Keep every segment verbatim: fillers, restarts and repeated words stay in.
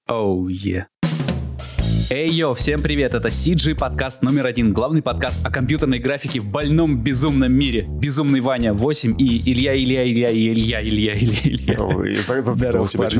Оу, oh, е. Yeah. Эй, йо, всем привет, это си джи подкаст номер один, главный подкаст о компьютерной графике в больном безумном мире. Безумный Ваня восемь и Илья, Илья, Илья, Илья, Илья, Илья, Илья. Ой, я зацепил тебя.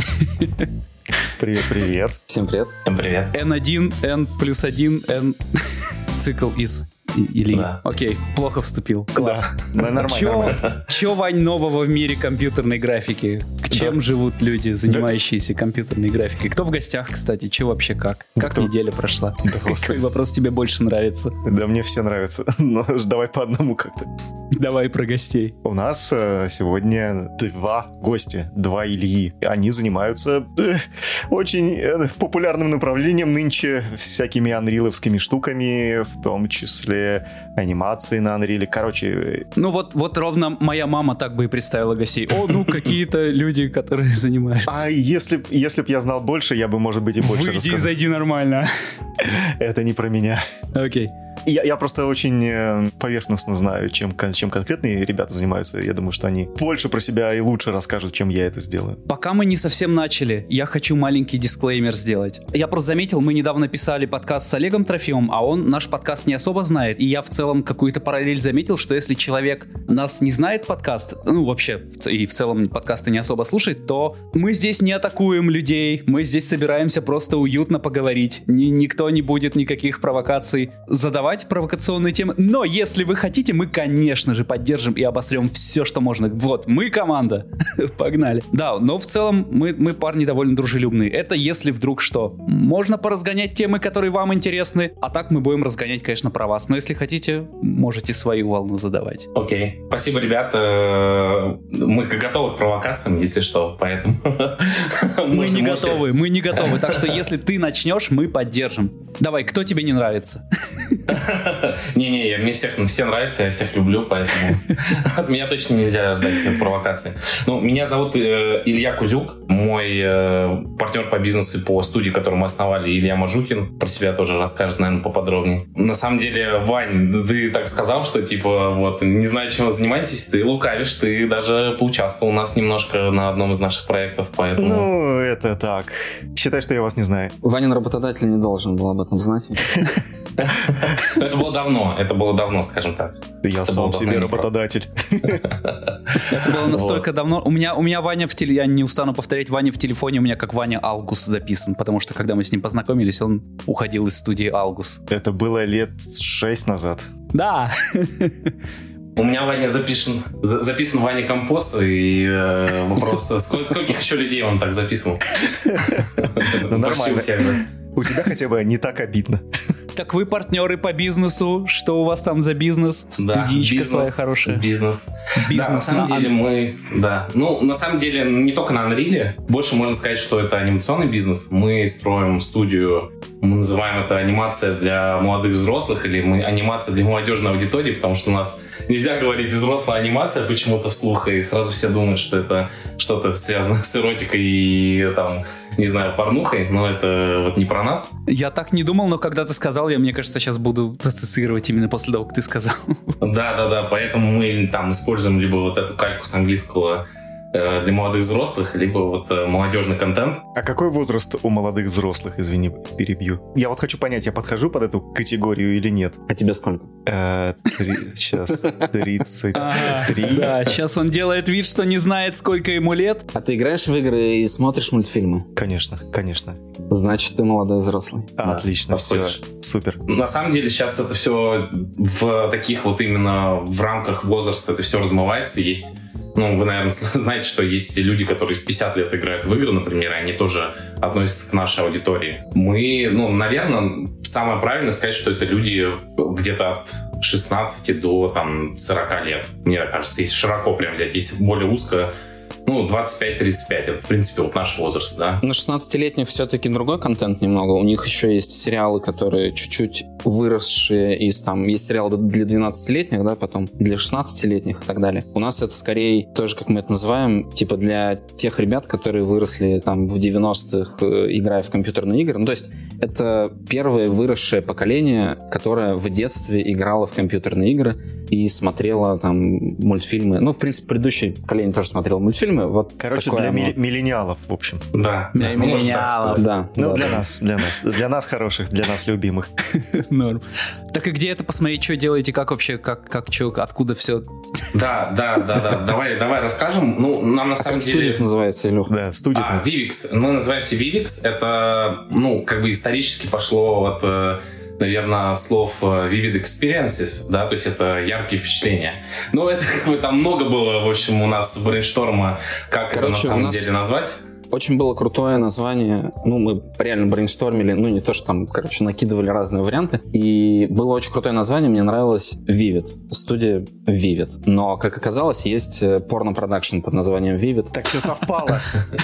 Привет, привет. Всем привет. Всем привет. эн один, N плюс один, N цикл из... Или... Да. Окей, плохо вступил. Класс. Да, да, нормально. Чё, нормально. Чё, Вань, нового в мире компьютерной графики? К чем да. живут люди, занимающиеся да. компьютерной графикой? Кто в гостях, кстати? Чё вообще как? Как, как неделя прошла? Да, Какой вопрос тебе больше нравится? Да, мне все нравится. Но давай по одному как-то. Давай про гостей. У нас э, сегодня два гостя, два Ильи. Они занимаются э, очень э, популярным направлением нынче, всякими анриловскими штуками, в том числе анимации на Unreal. Короче... Ну вот, вот ровно моя мама так бы и представила гостей. О, ну какие-то люди, которые занимаются. А если б если б я знал больше, я бы, может быть, и больше Выйди рассказал. и зайди нормально. Это не про меня. Окей. Я, я просто очень поверхностно знаю, чем, чем конкретные ребята занимаются. Я думаю, что они больше про себя и лучше расскажут, чем я это сделаю. Пока мы не совсем начали, я хочу маленький дисклеймер сделать. Я просто заметил, мы недавно писали подкаст с Олегом Трофимом, а он наш подкаст не особо знает. И я в целом какую-то параллель заметил, что если человек нас не знает подкаст, ну вообще и в целом подкасты не особо слушает, то мы здесь не атакуем людей, мы здесь собираемся просто уютно поговорить. Ни, никто не будет никаких провокаций задавать провокационные темы, но если вы хотите, мы, конечно же, поддержим и обосрем все, что можно. Вот, мы команда. Погнали. Да, но в целом мы, мы парни довольно дружелюбные. Это если вдруг что. Можно поразгонять темы, которые вам интересны, а так мы будем разгонять, конечно, про вас. Но если хотите, можете свою волну задавать. Окей. Okay. Спасибо, ребята. Мы готовы к провокациям, если что, поэтому... Мы не готовы, мы не готовы. Так что если ты начнешь, мы поддержим. Давай, кто тебе не нравится? Не-не, мне всех, все нравится, я всех люблю, поэтому от меня точно нельзя ждать провокации. Ну, меня зовут э, Илья Кузюк, мой э, партнер по бизнесу по студии, которую мы основали, Илья Мажукин, про себя тоже расскажет, наверное, поподробнее. На самом деле, Вань, ты так сказал, что типа, вот, не знаю, чем вы занимаетесь, ты лукавишь, ты даже поучаствовал у нас немножко на одном из наших проектов, поэтому... Ну, это так. Считай, что я вас не знаю. Ванин работодатель не должен был об этом знать. Это было давно, это было давно, скажем так. Я это сам себе работодатель. Это было настолько давно. У меня, у меня Ваня в телефоне, я не устану повторять, Ваня в телефоне у меня как Ваня Алгус записан, потому что когда мы с ним познакомились, он уходил из студии Алгус. Это было лет шесть назад. Да. У меня Ваня записан, записан Ваня Композ, и э, вопрос, сколько, скольких еще людей он так записывал? Ну, нормально. У тебя хотя бы не так обидно. Так вы партнеры по бизнесу, что у вас там за бизнес? Да, студичка бизнес, своя хорошая. Бизнес. Бизнес. Да, на самом на деле мы, да, ну на самом деле не только на Unreal, больше можно сказать, что это анимационный бизнес. Мы строим студию, мы называем это анимация для молодых взрослых или мы, анимация для молодежной аудитории, потому что у нас нельзя говорить взрослая анимация почему-то вслух, и сразу все думают, что это что-то связано с эротикой и там, не знаю, порнухой, но это вот не про нас. Я так не думал, но когда ты сказал, я, мне кажется, сейчас буду ассоциировать именно после того, как ты сказал. Да-да-да, поэтому мы там используем либо вот эту кальку с английского э, для молодых взрослых, либо вот э, молодежный контент. А какой возраст у молодых взрослых, извини, перебью? Я вот хочу понять, я подхожу под эту категорию или нет? А тебе сколько? Сейчас тридцать три. Да, сейчас он делает вид, что не знает, сколько ему лет. А ты играешь в игры и смотришь мультфильмы? Конечно, конечно. Значит, ты молодой взрослый. А, да, отлично, все, супер. На самом деле сейчас это все в таких вот именно в рамках возраста это все размывается. Есть, ну, вы, наверное, знаете, что есть люди, которые в пятьдесят лет играют в игры, например, и они тоже относятся к нашей аудитории. Мы, ну, наверное, самое правильное сказать, что это люди где-то от шестнадцати до там сорока лет. Мне кажется, если широко прям взять, если более узко, ну, двадцать пять тридцать пять, это, в принципе, вот наш возраст, да. На шестнадцатилетних все-таки другой контент немного. У них еще есть сериалы, которые чуть-чуть выросшие из там... Есть сериалы для двенадцатилетних, да, потом для шестнадцатилетних и так далее. У нас это скорее тоже, как мы это называем, типа для тех ребят, которые выросли там в девяностых, играя в компьютерные игры. Ну, то есть это первое выросшее поколение, которое в детстве играло в компьютерные игры. и смотрела там мультфильмы. Ну, в принципе, предыдущее поколение тоже смотрело мультфильмы. Вот Короче, такое для оно. миллениалов, в общем. Да. Для Ну, может, миллениалов. так. Да. Ну, да, для да. нас, для нас. Для нас хороших, для нас любимых. Норм. Так и где это посмотреть, что делаете, как вообще, как, как, что, откуда все? Да, да, да, да. Давай, давай расскажем. Ну, нам на А самом как деле... студия называется, Илюх? Да, студия. А, Vivix. Мы называемся Vivix. Это, ну, как бы исторически пошло от, э, наверное, слов э, vivid experiences, да, то есть это яркие впечатления. Ну, это как бы там много было, в общем, у нас брейншторма, как Короче, это на у самом нас- деле назвать. Очень было крутое название. Ну, мы реально брейнштормили, ну, не то, что там, короче, накидывали разные варианты. И было очень крутое название, мне нравилось Vivid. Студия Vivid. Но, как оказалось, есть порно-продакшн под названием Vivid. Так все совпало.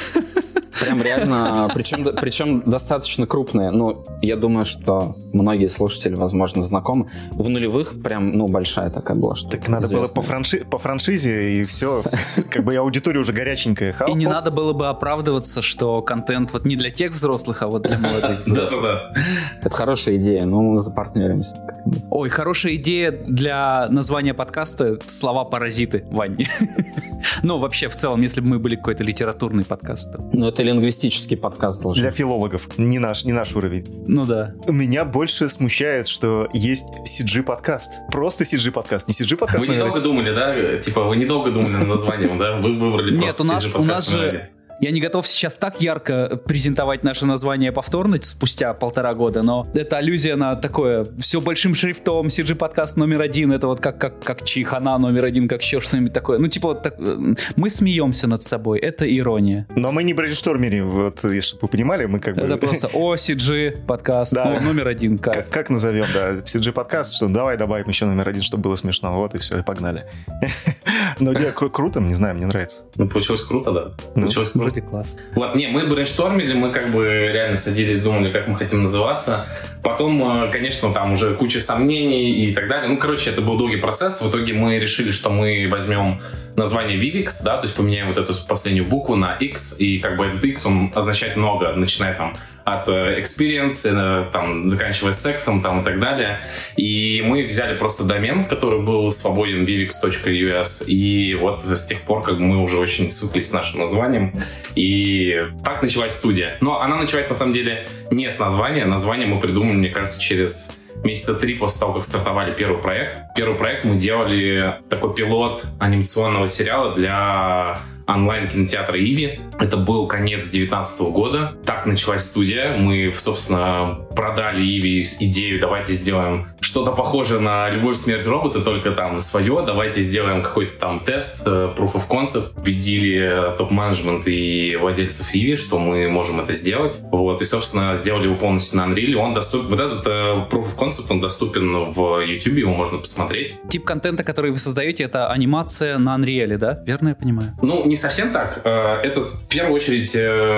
Прям реально, причем, причем достаточно крупные. Ну, я думаю, что многие слушатели, возможно, знакомы. В нулевых прям, ну, большая такая была штука. Так надо было известная. по, франши... по франшизе, и все. Как бы и аудитория уже горяченькая. Хау, И не хоп. надо было бы оправдываться, что контент вот не для тех взрослых, а вот для молодых Да, взрослых. да, да. Это хорошая идея, но мы запартнеримся. Ой, хорошая идея для названия подкаста — слова «паразиты», Вань. Ну, вообще, в целом, если бы мы были какой-то литературный подкаст, то... Ну, это лингвистический подкаст должен. Для филологов. Не наш, не наш уровень. Ну да. Меня больше смущает, что есть си джи-подкаст. Просто си джи-подкаст. Не си джи-подкаст, Вы наверное. недолго думали, да? Типа, вы недолго думали над названием, да? Вы выбрали Нет, просто у нас, си джи у нас подкаст же... название. Я не готов сейчас так ярко презентовать наше название повторно спустя полтора года, но это аллюзия на такое все большим шрифтом, си джи-подкаст номер один, это вот как, как, как Чайхана номер один, как еще что-нибудь такое. Ну, типа вот так, мы смеемся над собой, это ирония. Но мы не брейнштормили, вот, чтобы вы понимали, мы как бы... Это просто о, си джи-подкаст, Да. о, номер один, Как, кайф. как назовем, да, си джи-подкаст, что давай добавим еще номер один, чтобы было смешно. Вот и все, и погнали. Но идея кру- круто, не знаю, мне нравится. Ну, получилось круто, да. Ну, Получилось круто. Вроде класс. Вот, не, мы брейнштормили, мы как бы реально садились, думали, как мы хотим называться. Потом, э, конечно, там уже куча сомнений и так далее. Ну, короче, это был долгий процесс. В итоге мы решили, что мы возьмем название Vivix, да, то есть поменяем вот эту последнюю букву на X, и как бы этот X, он означает много, начиная там от э, experience, э, там, заканчивая сексом, там, и так далее. И мы взяли просто домен, который был свободен, vivix точка ю эс, и вот с тех пор как бы мы уже очень свыклись с нашим названием, и так началась студия. Но она началась, на самом деле, не с названия. Название мы придумали, мне кажется, через месяца три после того, как стартовали первый проект. Первый проект мы делали такой пилот анимационного сериала для онлайн-кинотеатра Иви. Это был конец две тысячи девятнадцатого года. Так началась студия. Мы, собственно, продали Иви идею, давайте сделаем что-то похожее на «Любовь, смерть, роботы», только там свое. Давайте сделаем какой-то там тест, proof of concept. Убедили топ-менеджмент и владельцев Иви, что мы можем это сделать. Вот. И, собственно, сделали его полностью на Unreal. Он доступен, вот этот proof of concept, он доступен в YouTube, его можно посмотреть. Тип контента, который вы создаете, это анимация на Unreal, да? Верно я понимаю? Ну, не совсем так. Это в первую очередь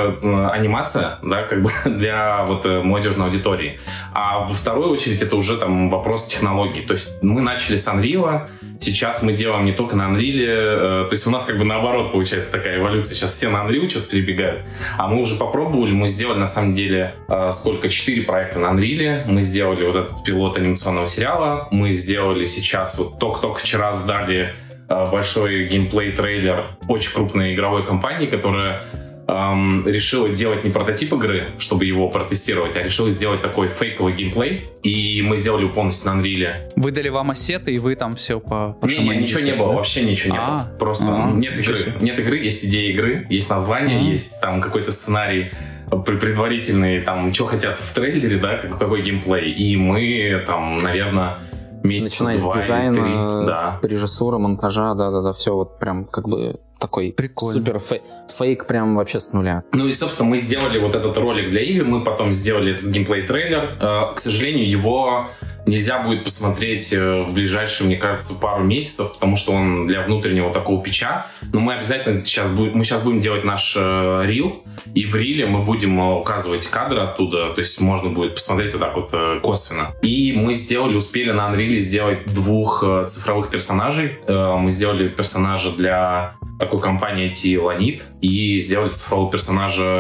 анимация, да, как бы для вот молодежной аудитории. А во вторую очередь это уже там вопрос технологий. То есть мы начали с Unreal, сейчас мы делаем не только на Unreal, то есть у нас как бы наоборот получается такая эволюция. Сейчас все на Unreal что-то перебегают. А мы уже попробовали, мы сделали на самом деле сколько? Четыре проекта на Unreal. Мы сделали вот этот пилот анимационного сериала. Мы сделали сейчас, вот только-только вчера сдали большой геймплей-трейлер очень крупной игровой компании, которая эм, решила делать не прототип игры, чтобы его протестировать, а решила сделать такой фейковый геймплей. И мы сделали его полностью на Unreal. Выдали вам ассеты, и вы там все по... Не, не, ничего не было, вообще ничего не А, было. Просто а, нет ничего игры. себе. Нет игры, есть идея игры, есть название, А. есть там какой-то сценарий предварительный, там, что хотят в трейлере, да, какой геймплей. И мы там, наверное, месяца Начиная два с или дизайна, три, да. режиссуры, монтажа, да-да-да, все вот прям как бы такой Прикольно. супер фей- фейк прям вообще с нуля. Ну и, собственно, мы сделали вот этот ролик для Иви, мы потом сделали этот геймплей-трейлер. Э, К сожалению, его нельзя будет посмотреть э, в ближайшие, мне кажется, пару месяцев, потому что он для внутреннего такого питча. Но мы обязательно сейчас будем, мы сейчас будем делать наш э, рил, и в риле мы будем э, указывать кадры оттуда, то есть можно будет посмотреть вот так вот э, косвенно. И мы сделали, успели на Unreal сделать двух э, цифровых персонажей. Э, мы сделали персонажа для такой компании ай ти Lanit и сделали цифрового персонажа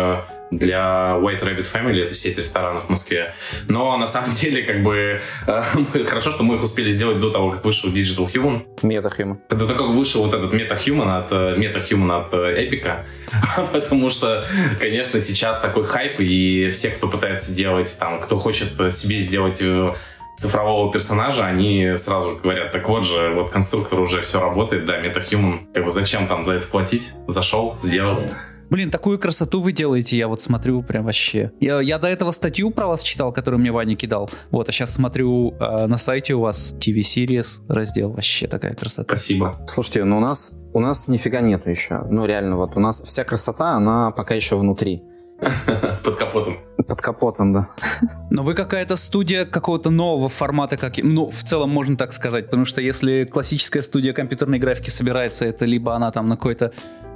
для White Rabbit Family, это сеть ресторанов в Москве. Но на самом деле, как бы, э, хорошо, что мы их успели сделать до того, как вышел Digital Human. MetaHuman. До того, как вышел вот этот MetaHuman от, MetaHuman от Epic, потому что, конечно, сейчас такой хайп, и все, кто пытается делать, там, кто хочет себе сделать цифрового персонажа, они сразу говорят, так вот же, вот конструктор уже все работает, да, MetaHuman, как бы зачем там за это платить? Зашел, сделал. Блин, такую красоту вы делаете, я вот смотрю прям вообще. Я, я до этого статью про вас читал, которую мне Ваня кидал. Вот, а сейчас смотрю э, на сайте у вас ти ви-series раздел. Вообще такая красота. Спасибо. Слушайте, ну у нас, у нас нифига нету еще. Ну реально, вот у нас вся красота, она пока еще внутри. Под капотом. Под капотом, да. Но вы какая-то студия какого-то нового формата, как, ну, в целом можно так сказать, потому что если классическая студия компьютерной графики собирается, это либо она там на какой-то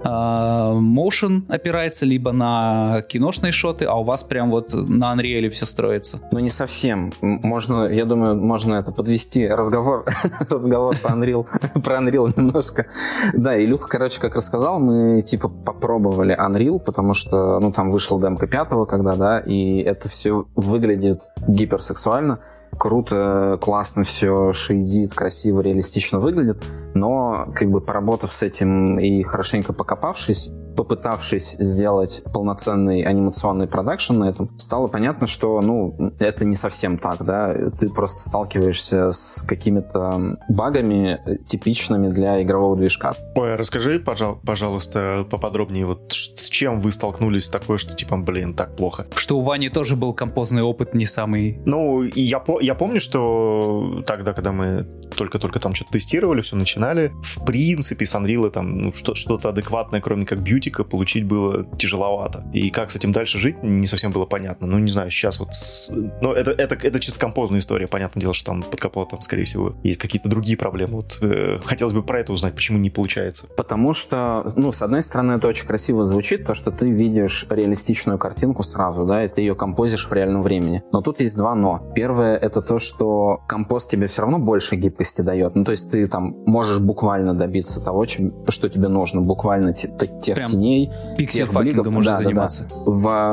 motion опирается, либо на киношные шоты, а у вас прям вот на Unreal все строится. Ну, не совсем. Можно, я думаю, можно это подвести разговор, разговор про Unreal, про Unreal немножко. Да, Илюха, короче, как рассказал, мы типа попробовали Unreal, потому что, ну, там вышла демка пятого, когда, да, и это все выглядит гиперсексуально. Круто, классно все шейдит, красиво, реалистично выглядит, но как бы поработав с этим и хорошенько покопавшись, попытавшись сделать полноценный анимационный продакшн на этом, стало понятно, что, ну, это не совсем так, да, ты просто сталкиваешься с какими-то багами, типичными для игрового движка. Ой, расскажи, пожал, пожалуйста, поподробнее, вот с чем вы столкнулись такое, что типа, блин, так плохо? Что у Вани тоже был композный опыт не самый... Ну, я, я помню, что тогда, когда мы только-только там что-то тестировали, все начинали, в принципе, с Unreal там ну, что- что-то адекватное, кроме как бьютика, получить было тяжеловато. И как с этим дальше жить, не совсем было понятно. Ну, не знаю, сейчас вот... С... Ну, это, это, это чисто композная история. Понятное дело, что там под капотом, скорее всего, есть какие-то другие проблемы. Вот э, хотелось бы про это узнать, почему не получается. Потому что, ну, с одной стороны, это очень красиво звучит, то, что ты видишь реалистичную картинку сразу, да, и ты ее композишь в реальном времени. Но тут есть два но. Первое — это то, что композ тебе все равно больше гибкости дает. Ну, то есть ты там можешь буквально добиться того, чем, что тебе нужно. Буквально те, тех Прям теней, пиксель-факингом можно да, заниматься. Да, да.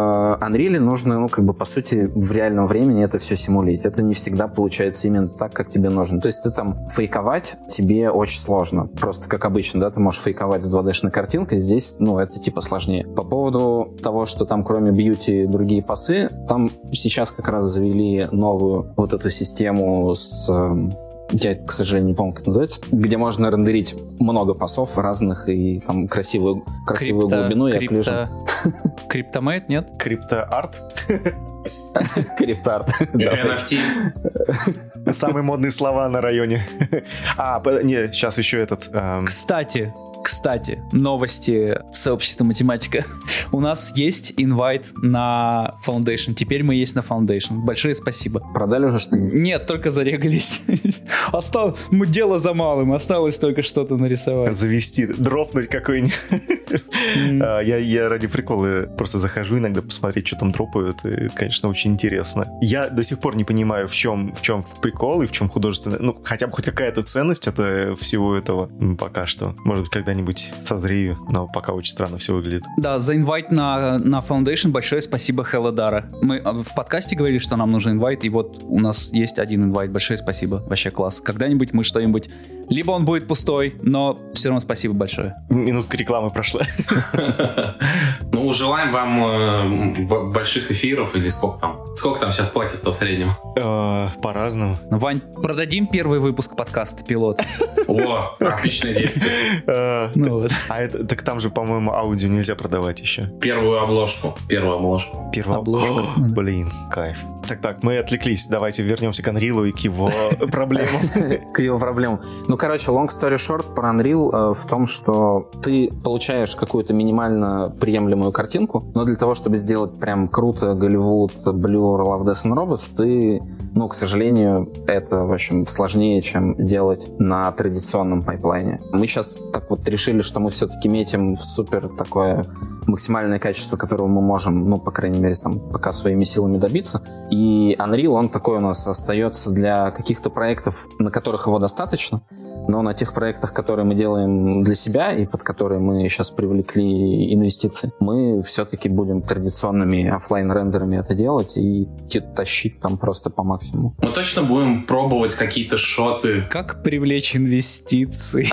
В Unreal нужно, ну, как бы, по сути, в реальном времени это все симулить. Это не всегда получается именно так, как тебе нужно. То есть ты там фейковать тебе очень сложно. Просто, как обычно, да, ты можешь фейковать с два дэ-шной картинкой. Здесь, ну, это типа сложнее. По поводу того, что там кроме бьюти другие пасы, там сейчас как раз завели новую вот эту систему с... Я, к сожалению, не помню, как называется, где можно рендерить много пасов разных и там красивую, красивую крипто, глубину и крипто... Криптомейт, нет? Криптоарт? Криптоарт. эн эф ти. Самые модные слова на районе. А, не, сейчас еще этот... Кстати, Кстати, новости сообщества математика. У нас есть инвайт на Foundation. Теперь мы есть на Foundation. Большое спасибо. Продали уже что-нибудь? Нет, только зарегались. Осталось, дело за малым. Осталось только что-то нарисовать. Завести, дропнуть какой-нибудь. Я ради прикола просто захожу иногда посмотреть, что там дропают. И, конечно, очень интересно. Я до сих пор не понимаю, в чем, в чем прикол и в чем художественная... Ну, хотя бы хоть какая-то ценность от всего этого пока что. Может быть, когда-нибудь созрею, но пока очень странно все выглядит. Да, за инвайт на, на Foundation большое спасибо Helladara. Мы в подкасте говорили, что нам нужен инвайт, и вот у нас есть один инвайт. Большое спасибо. Вообще класс. Когда-нибудь мы что-нибудь... Либо он будет пустой, но все равно спасибо большое. Минутка рекламы прошла. Ну, желаем вам больших эфиров или сколько там? Сколько там сейчас платят-то в среднем? По-разному. Вань, продадим первый выпуск подкаста «Пилот». О, отличное действие. Ну вот. А это, так там же, по-моему, аудио нельзя продавать еще. Первую обложку. Первую обложку. Первую обложку. Блин, кайф. Так-так, мы отвлеклись. Давайте вернемся к Unreal и к его проблемам. К его проблемам. Ну, короче, long story short про Unreal э, в том, что ты получаешь какую-то минимально приемлемую картинку, но для того, чтобы сделать прям круто Голливуд, Blur, Love, Death and Robots, ты, ну, к сожалению, это, в общем, сложнее, чем делать на традиционном пайплайне. Мы сейчас так вот решили, что мы все-таки метим в супер такое максимальное качество, которого мы можем, ну, по крайней мере, там, пока своими силами добиться. И Unreal, он такой у нас остается для каких-то проектов, на которых его достаточно. Но на тех проектах, которые мы делаем для себя и под которые мы сейчас привлекли инвестиции, мы все-таки будем традиционными офлайн-рендерами это делать и тащить там просто по максимуму. Мы точно будем пробовать какие-то шоты. Как привлечь инвестиции?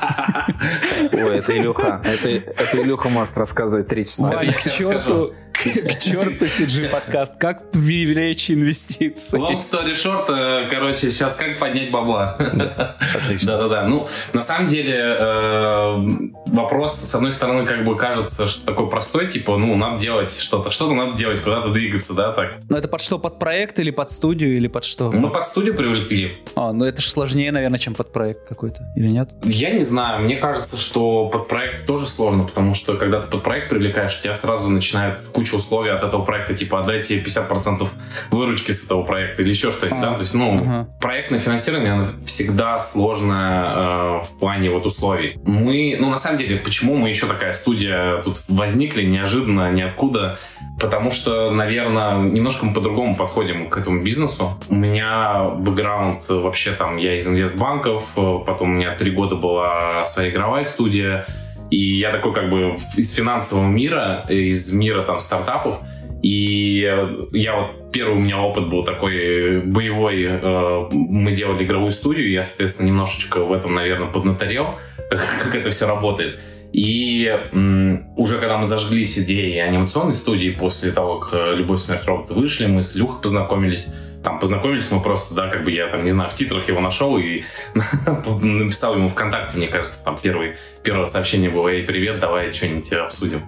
Ой, это Илюха. Это, это Илюха может рассказывать три часа. Ой, к черту, к, к черту си джи подкаст. Как привлечь инвестиции? Long story short, короче, сейчас как поднять бабла. Отлично. Да-да-да. Ну, на самом деле, э, вопрос, с одной стороны, как бы кажется, что такой простой, типа, ну, надо делать что-то, что-то надо делать, куда-то двигаться, да, так. Ну, это под что, под проект или под студию, или под что? Мы под студию привлекли. А, ну это же сложнее, наверное, чем под проект какой-то, или нет? Я не знаю, мне кажется, что под проект тоже сложно, потому что, когда ты под проект привлекаешь, тебя сразу начинают куча условий от этого проекта, типа, отдайте пятьдесят процентов выручки с этого проекта или еще что-нибудь, а, да, то есть, ну, ага. Проектное финансирование, оно всегда сложное э, в плане вот условий. Мы, ну, на самом деле, почему мы еще такая студия тут возникли неожиданно, ниоткуда, потому что, наверное, немножко мы по-другому подходим к этому бизнесу. У меня бэкграунд вообще там, я из инвестбанков, потом у меня три года была своя игровая студия, и я такой как бы из финансового мира, из мира там стартапов. И я вот, первый у меня опыт был такой боевой, э, мы делали игровую студию, я, соответственно, немножечко в этом, наверное, поднаторел, как это все работает. И м, уже когда мы зажглись идеей анимационной студии, после того, как «Любовь, смерть, роботы» вышли, мы с Илюхой познакомились. Там познакомились мы просто, да, как бы я там, не знаю, в титрах его нашел и написал ему ВКонтакте, мне кажется, там первый, первое сообщение было: «Эй, привет, давай что-нибудь обсудим».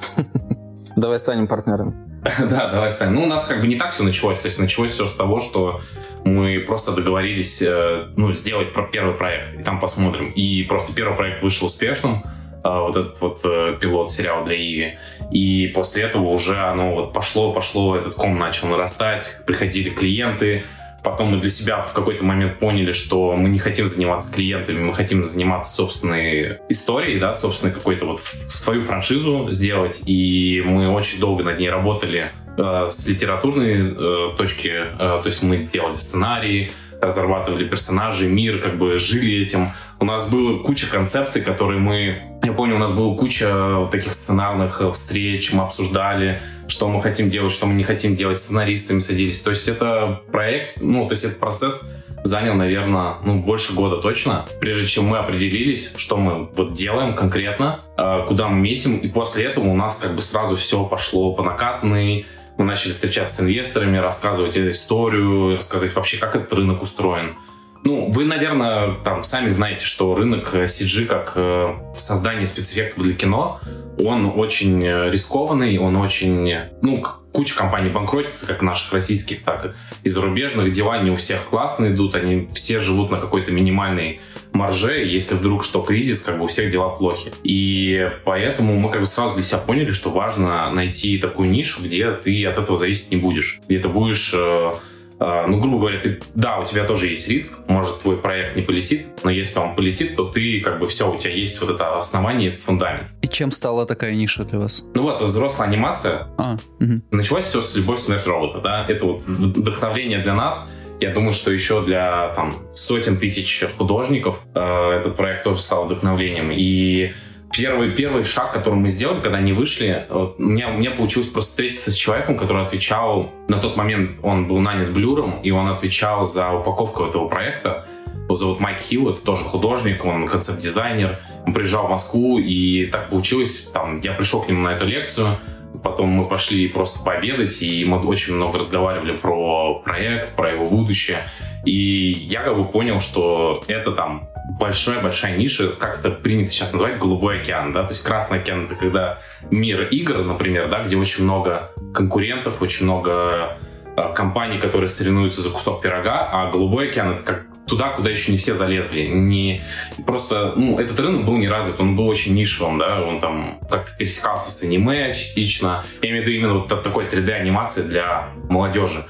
Давай станем партнерами. Да, давай станем. Ну, у нас как бы не так все началось. То есть началось все с того, что мы просто договорились, ну, сделать первый проект, и там посмотрим. И просто первый проект вышел успешным, вот этот вот пилот сериала для Иви. И после этого уже оно вот пошло, пошло, этот ком начал нарастать, приходили клиенты. Потом мы для себя в какой-то момент поняли, что мы не хотим заниматься клиентами, мы хотим заниматься собственной историей, да, собственной какой-то вот свою франшизу сделать. И мы очень долго над ней работали э, с литературной э, точки. Э, то есть мы делали сценарии, разрабатывали персонажей, мир, как бы жили этим. У нас была куча концепций, которые мы... Я помню, у нас была куча таких сценарных встреч, мы обсуждали, что мы хотим делать, что мы не хотим делать, с сценаристами садились. То есть это проект, ну, то есть этот процесс занял, наверное, ну, больше года точно, прежде чем мы определились, что мы вот делаем конкретно, куда мы метим, и после этого у нас как бы сразу все пошло по накатанной. Мы начали встречаться с инвесторами, рассказывать эту историю, рассказывать вообще, как этот рынок устроен. Ну, вы, наверное, там сами знаете, что рынок си джи как э, создание спецэффектов для кино, он очень рискованный, он очень... Ну, куча компаний банкротится, как наших российских, так и зарубежных. Дела не у всех классно идут, они все живут на какой-то минимальной марже, и если вдруг что, кризис, как бы у всех дела плохи. И поэтому мы как бы сразу для себя поняли, что важно найти такую нишу, где ты от этого зависеть не будешь, где ты будешь... Э, Ну, грубо говоря, ты, да, у тебя тоже есть риск, может, твой проект не полетит, но если он полетит, то ты, как бы, все, у тебя есть вот это основание, этот фундамент. И чем стала такая ниша для вас? Ну вот, взрослая анимация. А, угу. Началось все с «Любовь, смерть, робота», да, это вот вдохновление для нас. Я думаю, что еще для, там, сотен тысяч художников э, этот проект тоже стал вдохновлением. И Первый, первый шаг, который мы сделали, когда они вышли, вот, у, меня, у меня получилось просто встретиться с человеком, который отвечал, на тот момент он был нанят Блюром, и он отвечал за упаковку этого проекта. Его зовут Майк Хилл, это тоже художник, он концепт-дизайнер. Он приезжал в Москву, и так получилось, там, я пришел к нему на эту лекцию, потом мы пошли просто пообедать, и мы очень много разговаривали про проект, про его будущее. И я как бы понял, что это там большая-большая ниша, как это принято сейчас называть, голубой океан, да, то есть красный океан — это когда мир игр, например, да, где очень много конкурентов, очень много э, компаний, которые соревнуются за кусок пирога, а голубой океан — это как туда, куда еще не все залезли, не просто, ну, этот рынок был не развит, он был очень нишевым, да, он там как-то пересекался с аниме частично, я имею в виду именно вот такой три дэ-анимации для молодежи,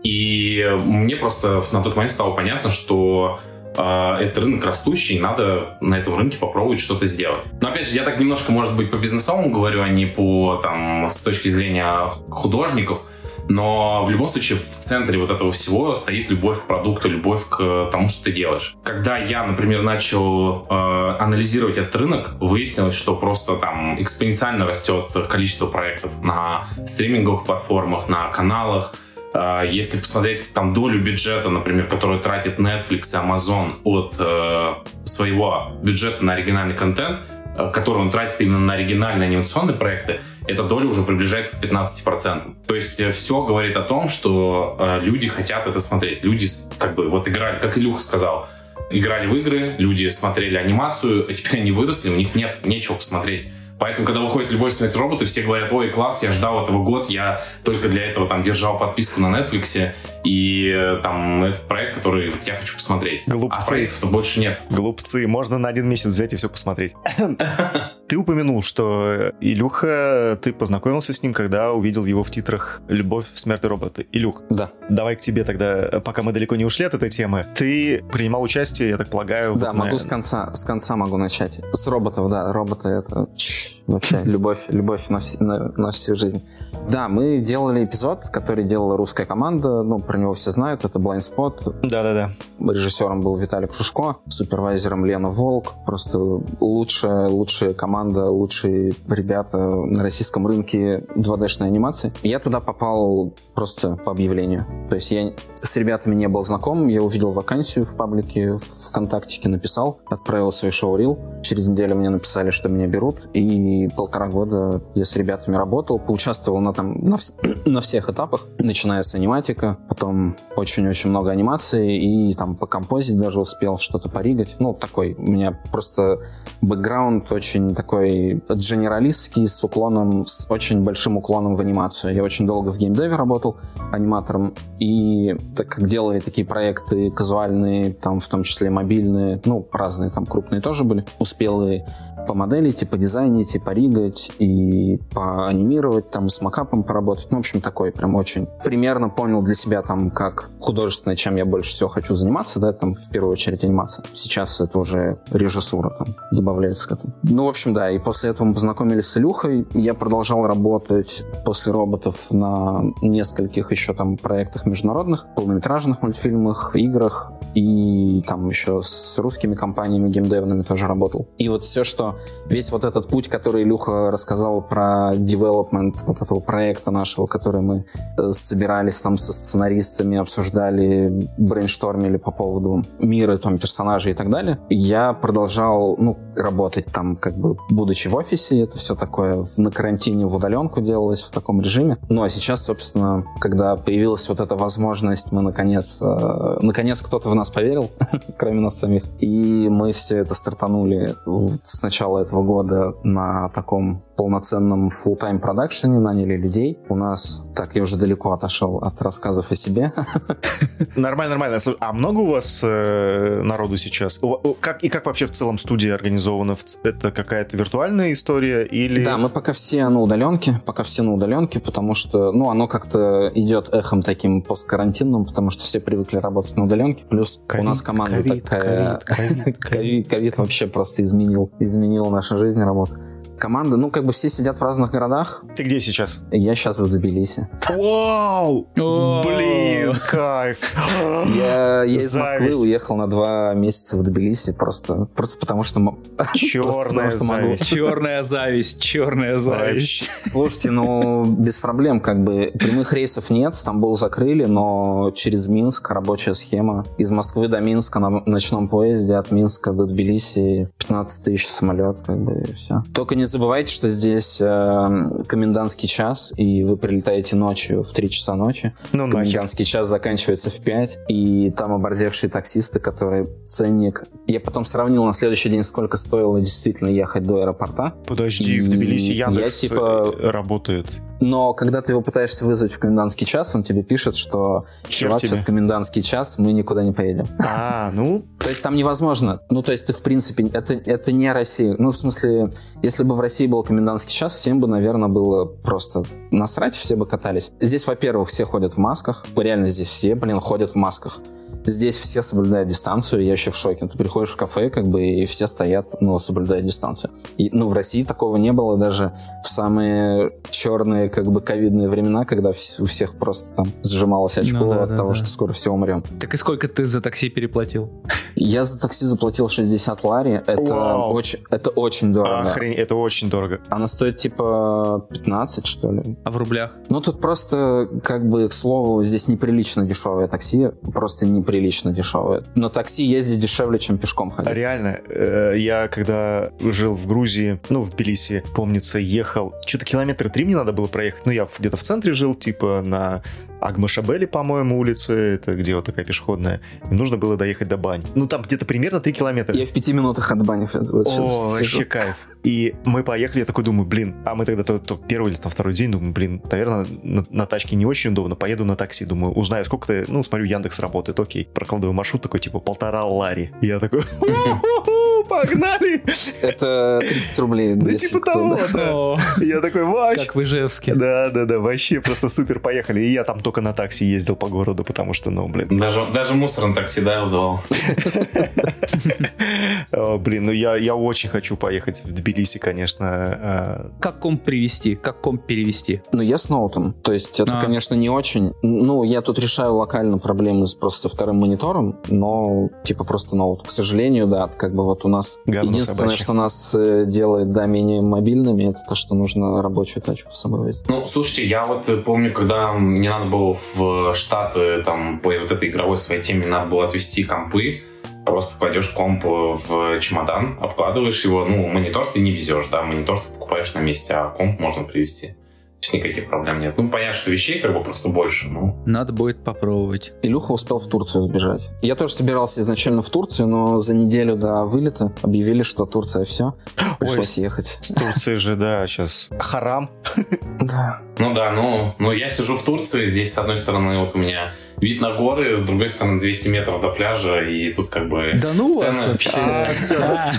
и мне просто на тот момент стало понятно, что это рынок растущий, и надо на этом рынке попробовать что-то сделать. Но опять же, я так немножко, может быть, по бизнесовому говорю, а не по, там, с точки зрения художников. но в любом случае в центре вот этого всего стоит любовь к продукту, любовь к тому, что ты делаешь. Когда я, например, начал э, анализировать этот рынок, выяснилось, что просто там экспоненциально растет количество проектов на стриминговых платформах, на каналах. Э, если посмотреть там долю бюджета, например, которую тратит Netflix и Amazon от э, своего бюджета на оригинальный контент, который он тратит именно на оригинальные анимационные проекты, эта доля уже приближается к пятнадцати процентам. То есть все говорит о том, что э, люди хотят это смотреть. Люди как бы вот играли, как Илюха сказал, играли в игры, люди смотрели анимацию, а теперь они выросли, у них нет нечего посмотреть. Поэтому, когда выходит «Любовь, смерть, роботы», все говорят: ой, класс, я ждал этого год, я только для этого там держал подписку на Netflix, и там этот проект, который вот я хочу посмотреть. Глупцы. А проектов-то больше нет. Глупцы, можно на один месяц взять и все посмотреть. Ты упомянул, что Илюха, ты познакомился с ним, когда увидел его в титрах «Любовь, смерть и роботы». Илюх, да. Давай к тебе тогда, пока мы далеко не ушли от этой темы. Ты принимал участие, я так полагаю... Да, вот могу на... с конца, с конца могу начать. С роботов, да, роботы — это вообще любовь, любовь на, вс- на, на всю жизнь. Да, мы делали эпизод, который делала русская команда, ну, про него все знают, это Blind Spot. Да-да-да. Режиссером был Виталик Шушко, супервайзером Лена Волк. Просто лучшая, лучшая команда, лучшие ребята на российском рынке два дэ-шной анимации. Я туда попал просто по объявлению. То есть я с ребятами не был знаком, я увидел вакансию в паблике, в ВКонтактике написал, отправил свой шоу-рил. Через неделю мне написали, что меня берут, и полтора года я с ребятами работал, поучаствовал на, там, на, вс- на всех этапах, начиная с аниматика, потом очень-очень много анимации, и там по композить даже успел что-то поригать. Ну, такой, у меня просто бэкграунд очень такой дженералистский, с уклоном, с очень большим уклоном в анимацию. Я очень долго в геймдеве работал аниматором, и так как делали такие проекты казуальные, там в том числе мобильные, ну, разные там крупные тоже были, успел и помоделить, и подизайнить, и поригать, и поанимировать, там, с макапом поработать. Ну, в общем, такой прям очень примерно понял для себя, там, как художественно, чем я больше всего хочу заниматься, да, там, в первую очередь анимация. Сейчас это уже режиссура, там, добавляется к этому. Ну, в общем, да, и после этого мы познакомились с Илюхой. Я продолжал работать после роботов на нескольких еще там проектах международных, полнометражных мультфильмах, играх, и там еще с русскими компаниями геймдевными тоже работал. И вот все, что весь вот этот путь, который Илюха рассказал про девелопмент вот этого проекта нашего, который мы собирались там со сценаристами, обсуждали, брейнштормили по поводу мира, там, персонажей и так далее, я продолжал, ну, работать там, как бы, будучи в офисе, это все такое на карантине в удаленку делалось в таком режиме. Ну, а сейчас, собственно, когда появилась вот эта возможность, мы, наконец, э, наконец кто-то в нас поверил, кроме нас самих, и мы все это стартанули с начала этого года на таком полноценном full-time продакшене, наняли людей. У нас, так, я уже далеко отошел от рассказов о себе. Нормально, нормально. А много у вас э, народу сейчас? Как, и как вообще в целом студия организована? Это какая-то виртуальная история или... Да, мы пока все на удаленке, пока все на удаленке, потому что, ну, оно как-то идет эхом таким посткарантинным, потому что все привыкли работать на удаленке. Плюс COVID, у нас команда COVID, такая... Ковид вообще просто изменил, изменил нашу жизнь и работу. Команда, ну, как бы все сидят в разных городах. Ты где сейчас? Я сейчас в Тбилиси. Вау! Блин, кайф! Я, я из Москвы уехал на два месяца в Тбилиси, просто, просто потому что... Черная зависть. Черная зависть, черная зависть. Слушайте, ну, без проблем, как бы, прямых рейсов нет, Стамбул закрыли, но через Минск рабочая схема. Из Москвы до Минска на ночном поезде, от Минска до Тбилиси пятнадцать тысяч самолет, как бы, и все. Только не забывайте, что здесь э, комендантский час, и вы прилетаете ночью в три часа ночи. Ну, комендантский час заканчивается в пять, и там оборзевшие таксисты, которые ценник... Я потом сравнил на следующий день, сколько стоило действительно ехать до аэропорта. Подожди, и в Тбилиси Яндекс я, типа... работает. Но когда ты его пытаешься вызвать в комендантский час, он тебе пишет, что чувак, сейчас комендантский час, мы никуда не поедем. А, ну... То есть там невозможно. Ну, то есть ты, в принципе, это, это не Россия. Ну, в смысле, если бы в России был комендантский час, всем бы, наверное, было просто насрать, все бы катались. Здесь, во-первых, все ходят в масках. Реально здесь все, блин, ходят в масках. Здесь все соблюдают дистанцию, я еще в шоке. Ты приходишь в кафе, как бы, и все стоят, ну, соблюдают дистанцию. И, ну, в России такого не было даже в самые черные, как бы, ковидные времена, когда у всех просто там сжималось очко ну, да, от да, того, да. что скоро все умрем. Так и сколько ты за такси переплатил? Я за такси заплатил шестьдесят лари. Это очень, это очень дорого. Охренеть, это очень дорого. Она стоит типа пятнадцать, что ли. А в рублях? Ну, тут просто, как бы, к слову, здесь неприлично дешевое такси. Просто неприлично дешевое. На такси ездить дешевле, чем пешком ходить. Реально. Я когда жил в Грузии, ну, в Тбилиси, помнится, ехал. Что-то километра три мне надо было проехать. Ну, я где-то в центре жил, типа на Агмашабели, по-моему, улице. Это где вот такая пешеходная. И нужно было доехать до бань. Ну, там где-то примерно три километра. Я в пяти минутах от бани. Вот О, вообще кайф. И мы поехали, я такой думаю, блин, а мы тогда то, то первый или там второй день, думаю, блин, наверное, на, на тачке не очень удобно, поеду на такси, думаю, узнаю, сколько-то, ну, смотрю, Яндекс работает, окей. Прокладываю маршрут такой, типа, полтора лари. И я такой, погнали! Это тридцать рублей. Ну, типа того, да. Я такой, вообще. Как в Ижевске. Да-да-да, вообще просто супер, поехали. И я там только на такси ездил по городу, потому что, ну, блин. Даже, даже мусор на такси, да, вызывал? Блин, ну я, я очень хочу поехать в Тбилиси, конечно. Как комп привезти? Как комп перевести? Ну, я с ноутом. То есть это, а. конечно, не очень... Ну, я тут решаю локально проблемы просто со вторым монитором, но, типа, просто ноут. К сожалению, да, как бы вот у нас... Говно единственное, собачье. Что нас делает, да, менее мобильными, это то, что нужно рабочую тачку с собой возить. Ну, слушайте, я вот помню, когда мне надо было в Штаты, там, по вот этой игровой своей теме, надо было отвезти компы, просто кладешь комп в чемодан, обкладываешь его, ну, монитор ты не везешь, да, монитор ты покупаешь на месте, а комп можно привезти. То есть никаких проблем нет. Ну, понятно, что вещей как бы просто больше, ну. Надо будет попробовать. Илюха успел в Турцию сбежать. Я тоже собирался изначально в Турцию, но за неделю до вылета объявили, что Турция все. Пришлось Ой, ехать. С Турции же, да, сейчас харам. Да. Ну да, ну, ну я сижу в Турции, здесь с одной стороны вот у меня вид на горы, с другой стороны двести метров до пляжа, и тут как бы... Да ну цена... вас вообще. А, все.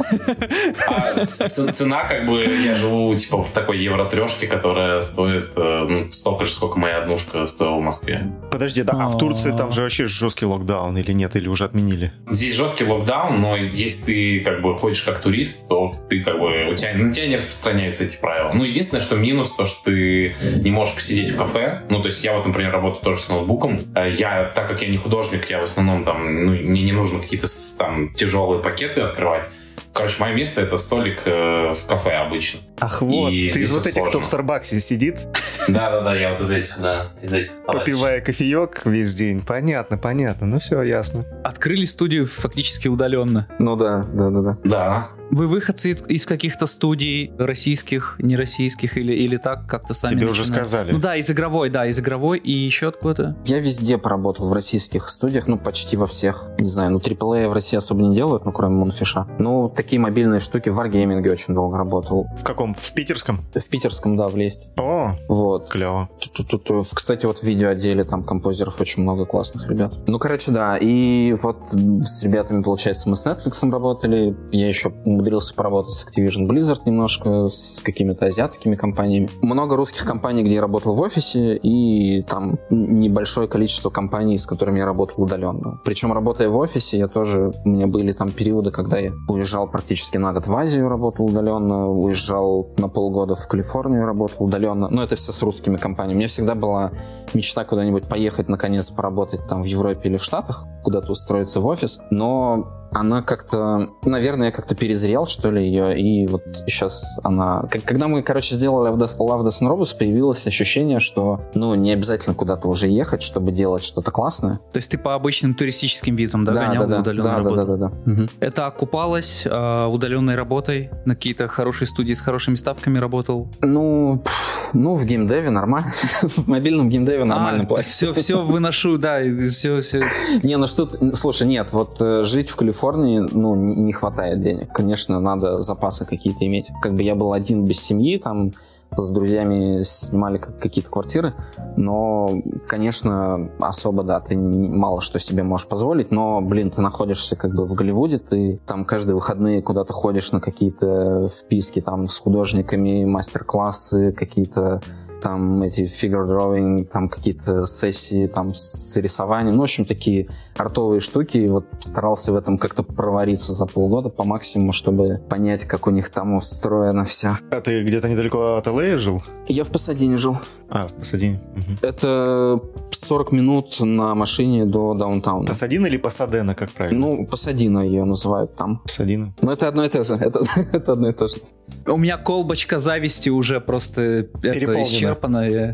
А, цена как бы, я живу типа в такой евро-трешке, которая стоит ну, столько же, сколько моя однушка стоила в Москве. Подожди, да, а в Турции там же вообще жесткий локдаун или нет, или уже отменили? Здесь жесткий локдаун, но если ты как бы ходишь как турист, то ты как бы, у тебя, на тебя не распространяются эти правила. Ну, единственное, что минус, то, что ты не можешь посидеть в кафе. Ну, то есть я вот, например, работаю тоже с ноутбуком. Я, так как я не художник, я в основном там, ну, мне не нужно какие-то там тяжелые пакеты открывать. Короче, мое место — это столик э, в кафе обычно. Ах, вот, и ты из вот этих, сложно. Кто в Старбаксе сидит? Да-да-да, я вот из этих, да, из этих. Попивая кофеек весь день. Понятно, понятно, ну все, ясно. Открыли студию фактически удаленно. Ну да, да-да-да. Да. Вы выходцы из каких-то студий российских, нероссийских или, или так как-то сами Тебе начинали? Уже сказали. Ну да, из игровой, да, из игровой и еще откуда-то. Я везде поработал в российских студиях, ну почти во всех. Не знаю, ну трипл эй в России особо не делают, ну кроме Moonfish. Ну такие мобильные штуки, в Wargaming очень долго работал. В каком? В питерском? В питерском, да, в Лесте. О, вот. Клево. Кстати, вот в видеоотделе там композеров очень много классных ребят. Ну короче, да, и вот с ребятами, получается, мы с Netflix работали. Я еще умудрился поработать с Activision Blizzard немножко, с какими-то азиатскими компаниями. Много русских компаний, где я работал в офисе, и там небольшое количество компаний, с которыми я работал удаленно. Причем, работая в офисе, я тоже... У меня были там периоды, когда я уезжал практически на год в Азию, работал удаленно, уезжал на полгода в Калифорнию, работал удаленно. Но это все с русскими компаниями. У меня всегда была мечта куда-нибудь поехать, наконец, поработать там в Европе или в Штатах, куда-то устроиться в офис. Но она как-то... Наверное, я как-то перезрел, что ли, ее, и вот сейчас она... Когда мы, короче, сделали Love, Death and Robots, появилось ощущение, что, ну, не обязательно куда-то уже ехать, чтобы делать что-то классное. То есть ты по обычным туристическим визам, да, да гонял да, удаленную да, работу? Да, да, да, да. Угу. Это окупалось э, удаленной работой? На какие-то хорошие студии с хорошими ставками работал? Ну... Пфф, ну, в геймдеве нормально. В мобильном геймдеве нормально платят. Все, все выношу, да, все, все. Не, ну что... Слушай, нет, вот жить в Калифорнии, ну, не хватает денег. Конечно, надо запасы какие-то иметь. Как бы я был один без семьи, там, с друзьями снимали какие-то квартиры, но, конечно, особо, да, ты мало что себе можешь позволить, но, блин, ты находишься как бы в Голливуде, ты там каждые выходные куда-то ходишь на какие-то вписки там с художниками, мастер-классы, какие-то там эти figure drawing, там какие-то сессии там с рисованием. Ну, в общем, такие артовые штуки. И вот старался в этом как-то провариться за полгода по максимуму, чтобы понять, как у них там устроено все. А ты где-то недалеко от эл эй жил? Я в Пасадине жил. А, в Пасадине. Угу. Это сорок минут на машине до даунтауна. Пасадина или Пасадена, как правильно? Ну, Пасадина ее называют там. Пасадина. Ну, это одно и то же. Это, это одно и то же. У меня колбочка зависти уже просто это, исчерпанная.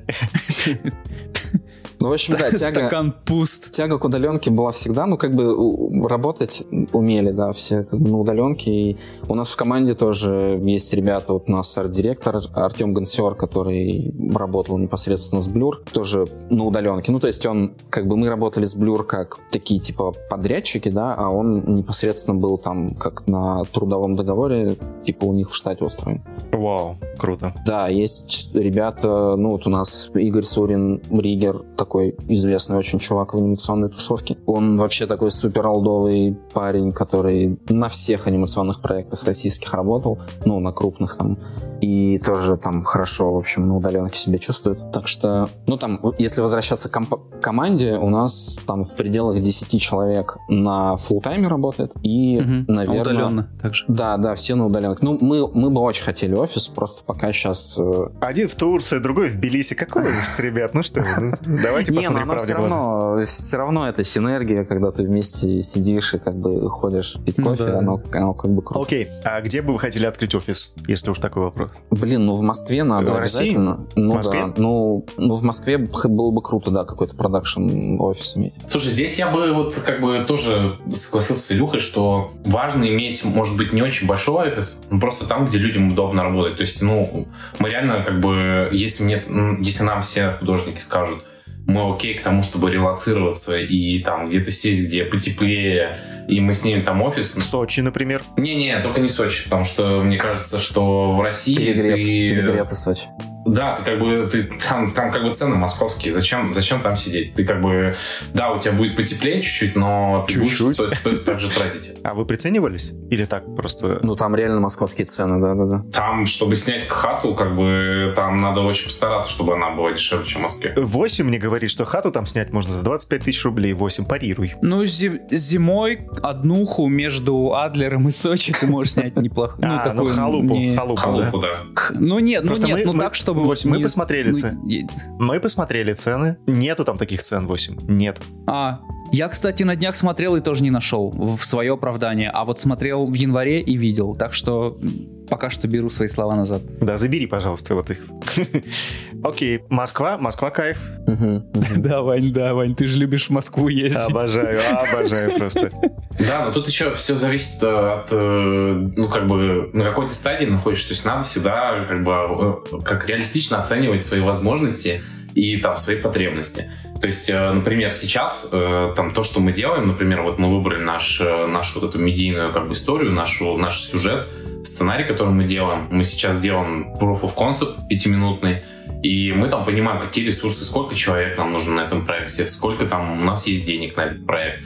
Ну, в общем, да, тяга... Стакан пуст. Тяга к удаленке была всегда, ну, как бы работать умели, да, все как бы на удаленке. И у нас в команде тоже есть ребята, вот у нас арт-директор Артем Гансер, который работал непосредственно с Blur, тоже на удаленке. Ну, то есть он, как бы мы работали с Blur как такие, типа, подрядчики, да, а он непосредственно был там как на трудовом договоре, типа, у них в штате устроен. Вау, круто. Да, есть ребята, ну, вот у нас Игорь Сурин, Ригер, такой известный очень чувак в анимационной тусовке. Он вообще такой супер олдовый парень, который на всех анимационных проектах российских работал, ну, на крупных там, и тоже там хорошо, в общем, на удаленке себя чувствует. Так что, ну, там, если возвращаться к комп- команде, у нас там в пределах десять человек на фулл-тайме работает, и, угу. наверное... Удаленно также. Да, да, все на удаленке. Ну, мы, мы бы очень хотели офис, просто пока сейчас... Э... Один в Турции, другой в Тбилиси. Какой из ребят? Ну что, ну, давайте не, посмотрим правде в глаза. Все равно это синергия, когда ты вместе сидишь и как бы ходишь пить кофе, ну, да. оно, оно как бы круто. Окей, а где бы вы хотели открыть офис, если уж такой вопрос? Блин, ну в Москве надо в обязательно. России? Ну в Москве? да, ну, ну в Москве было бы круто, да, какой-то продакшн офис иметь. Слушай, здесь я бы вот как бы тоже согласился с Илюхой, что важно иметь, может быть, не очень большой офис, но просто там, где людям удобно работать. То есть, ну, мы реально как бы, если мне, если нам все художники скажут, мы окей к тому, чтобы релоцироваться и там где-то сесть, где потеплее, и мы снимем там офис. В Сочи, например? Не-не, только не Сочи, потому что мне кажется, что в России Перегрет, ты... Перегрет и Сочи. Да, ты как бы ты, там, там как бы цены московские. Зачем, зачем там сидеть? Ты как бы да, у тебя будет потеплее чуть-чуть, но ты чуть-чуть. будешь стоит, стоит так же тратить. А вы приценивались? Или так просто? Ну там реально московские цены, да, да, да. Там, чтобы снять хату, как бы там надо очень постараться, чтобы она была дешевле, чем в Москве. восемь мне говорит, что хату там снять можно за двадцать пять тысяч рублей. восемь, парируй. Ну, зи- зимой однуху между Адлером и Сочи ты можешь снять неплохо. А, ну халупу, халупу, да. Ну нет, ну нет, ну так, чтобы... Мы посмотрели цены. Мы посмотрели цены. Нету там таких цен восемь. Нет. А, я, кстати, на днях смотрел и тоже не нашел в свое оправдание. А вот смотрел в январе и видел. Так что пока что беру свои слова назад. Да, забери, пожалуйста, вот их. Окей, Москва, Москва кайф. Да, Вань, да, Вань, ты же любишь в Москву ездить. Обожаю, обожаю просто. Да, но тут еще все зависит от, ну, как бы, на какой ты стадии находишься. То есть надо всегда, как бы, как реалистично оценивать свои возможности и там свои потребности. То есть, например, сейчас там то, что мы делаем, например, вот мы выбрали наш, нашу вот эту медийную как бы историю, нашу, наш сюжет, сценарий, который мы делаем. Мы сейчас делаем proof of concept пятиминутный, и мы там понимаем, какие ресурсы, сколько человек нам нужно на этом проекте, сколько там у нас есть денег на этот проект.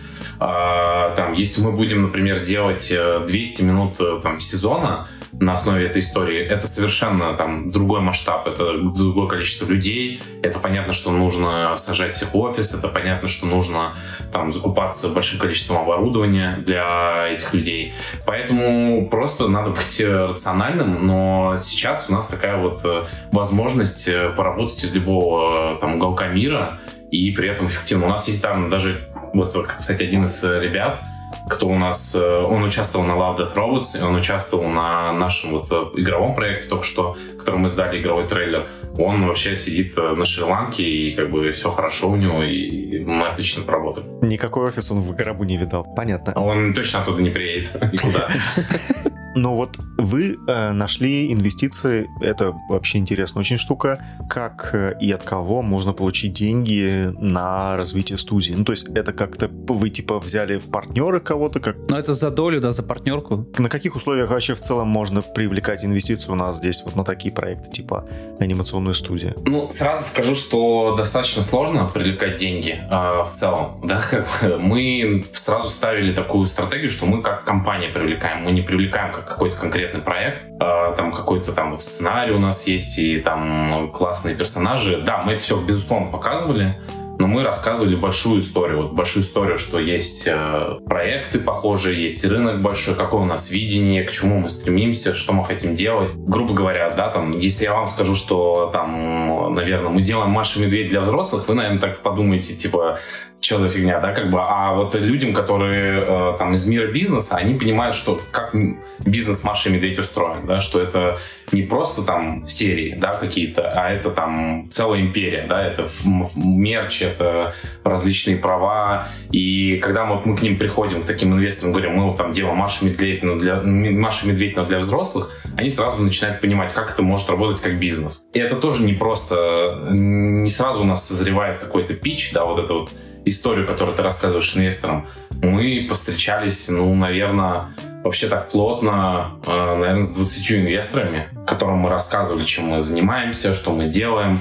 А, там, если мы будем, например, делать двести минут там, сезона на основе этой истории, это совершенно там другой масштаб, это другое количество людей, это понятно, что нужно сажать всех в офис, это понятно, что нужно там закупаться большим количеством оборудования для этих людей, поэтому просто надо быть рациональным, но сейчас у нас такая вот возможность поработать из любого там уголка мира и при этом эффективно. У нас есть там даже, вот, кстати, один из ребят, кто у нас, он участвовал на Love, Death, Robots, и он участвовал на нашем вот игровом проекте только что, в котором мы сдали игровой трейлер. Он вообще сидит на Шри-Ланке, и как бы все хорошо у него, и мы отлично поработали. Никакой офис он в гробу не видал, понятно. Он точно оттуда не приедет никуда. Но вот вы э, нашли инвестиции, это вообще интересная очень штука, как э, и от кого можно получить деньги на развитие студии. Ну, то есть это как-то вы типа взяли в партнеры кого-то? Как... Ну, это за долю, да, за партнерку. На каких условиях вообще в целом можно привлекать инвестиции у нас здесь вот на такие проекты, типа анимационную студию? Ну, сразу скажу, что достаточно сложно привлекать деньги э, в целом. Да? Мы сразу ставили такую стратегию, что мы как компания привлекаем, мы не привлекаем как как какой-то конкретный проект, э, там какой-то там вот сценарий у нас есть, и там классные персонажи. Да, мы это все, безусловно, показывали, но мы рассказывали большую историю. Вот большую историю, что есть э, проекты похожие, есть рынок большой, какое у нас видение, к чему мы стремимся, что мы хотим делать. Грубо говоря, да, там, если я вам скажу, что там, наверное, мы делаем Машу и Медведь для взрослых, вы, наверное, так подумаете, типа, что за фигня, да, как бы, а вот людям, которые э, там из мира бизнеса, они понимают, что как бизнес Маша и Медведь устроен, да, что это не просто там серии, да, какие-то, а это там целая империя, да, это мерч, это различные права, и когда вот мы к ним приходим, к таким инвесторам, говорим, мы вот там делаем Машу и Медведь, но для, Машу и Медведь, но для взрослых, они сразу начинают понимать, как это может работать как бизнес. И это тоже не просто, не сразу у нас созревает какой-то питч, да, вот это вот историю, которую ты рассказываешь инвесторам. Мы повстречались, ну, наверное, вообще так плотно, э, наверное, с двадцатью инвесторами, которым мы рассказывали, чем мы занимаемся, что мы делаем.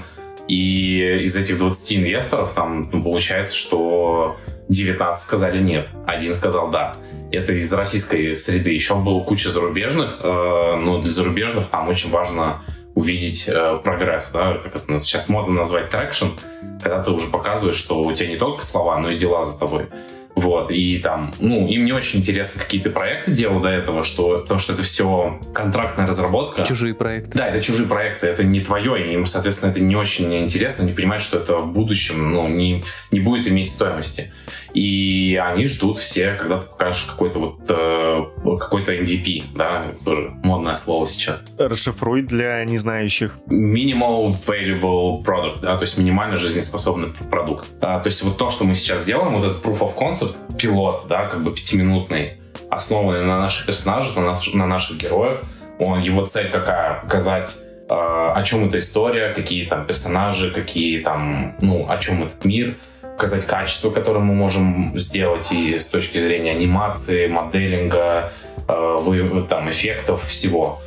И из этих двадцати инвесторов там ну, получается, что девятнадцать сказали нет, один сказал да. Это из российской среды. Еще было куча зарубежных, э, но для зарубежных там очень важно увидеть э, прогресс, да, как это сейчас модно назвать трекшн, когда ты уже показываешь, что у тебя не только слова, но и дела за тобой. Вот, и там, ну, им не очень интересно, какие ты проекты делал до этого, что, потому что это все контрактная разработка. Чужие проекты. Да, это чужие проекты, это не твое, и им, соответственно, это не очень интересно, они понимают, что это в будущем, ну, не, не будет иметь стоимости. И они ждут все, когда ты покажешь какой-то вот, э, какой-то эм ви пи, да, тоже модное слово сейчас. Расшифруй для незнающих. Minimal Valuable Product, да, то есть минимально жизнеспособный продукт. А, то есть вот то, что мы сейчас делаем, вот этот Proof of Concept, пилот, да, как бы пятиминутный, основанный на наших персонажах, на, наш, на наших героях. Он, его цель какая? Показать, э, о чем эта история, какие там персонажи, какие там, ну, о чем этот мир, показать качество, которое мы можем сделать и с точки зрения анимации, моделинга, э, вы, там, эффектов, всего.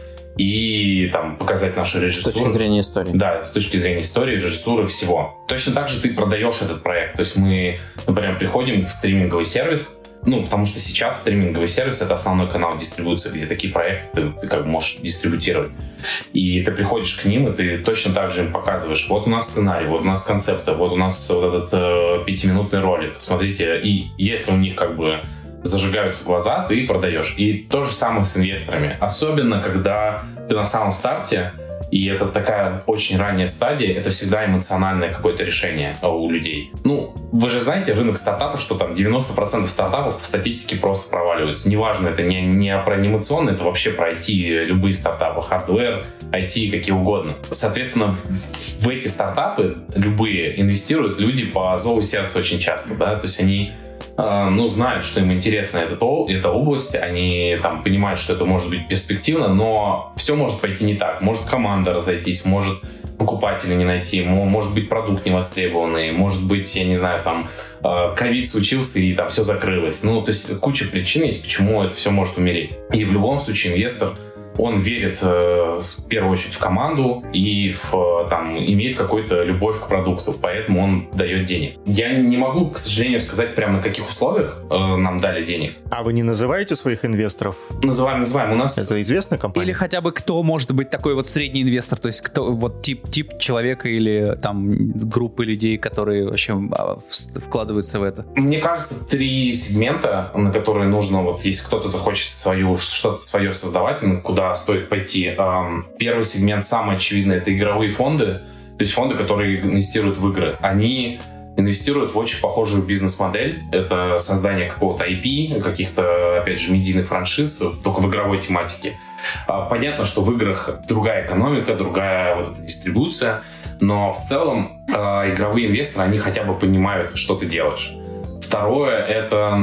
И там показать нашу режиссуру. С точки зрения истории. Да, с точки зрения истории, режиссуры, всего. Точно так же ты продаешь этот проект. То есть мы, например, приходим в стриминговый сервис, ну, потому что сейчас стриминговый сервис — это основной канал дистрибуции, где такие проекты ты, ты как бы можешь дистрибутировать. И ты приходишь к ним, и ты точно так же им показываешь: вот у нас сценарий, вот у нас концепты, вот у нас вот этот э, пятиминутный ролик. Смотрите, и если у них как бы зажигаются глаза, ты продаешь. И то же самое с инвесторами. Особенно, когда ты на самом старте, и это такая очень ранняя стадия, это всегда эмоциональное какое-то решение у людей. Ну, вы же знаете, рынок стартапов, что там девяносто процентов стартапов по статистике просто проваливаются. Неважно, это не, не про анимационно, это вообще про ай ти, любые стартапы, хардвер, ай ти, какие угодно. Соответственно, в эти стартапы любые инвестируют люди по зову сердца очень часто, да, то есть они ну, знают, что им интересна эта, эта область, они там понимают, что это может быть перспективно, но все может пойти не так. Может команда разойтись, может покупателя не найти, может быть продукт не востребованный, может быть, я не знаю, там ковид случился и там все закрылось. Ну, то есть куча причин есть, почему это все может умереть. И в любом случае инвестор, он верит э, в первую очередь в команду и в, там, имеет какую-то любовь к продукту, поэтому он дает денег. Я не могу, к сожалению, сказать прямо на каких условиях э, нам дали денег. А вы не называете своих инвесторов? Называем, называем. У нас... Это известная компания? Или хотя бы кто может быть такой вот средний инвестор, то есть кто вот тип, тип человека или там группы людей, которые вообще вкладываются в это? Мне кажется, три сегмента, на которые нужно, вот если кто-то захочет свою, что-то свое создавать, куда стоит пойти. Первый сегмент, самый очевидный, это игровые фонды, то есть фонды, которые инвестируют в игры. Они инвестируют в очень похожую бизнес-модель. Это создание какого-то ай пи, каких-то, опять же, медийных франшиз, только в игровой тематике. Понятно, что в играх другая экономика, другая вот эта дистрибуция, но в целом игровые инвесторы, они хотя бы понимают, что ты делаешь. Второе, это,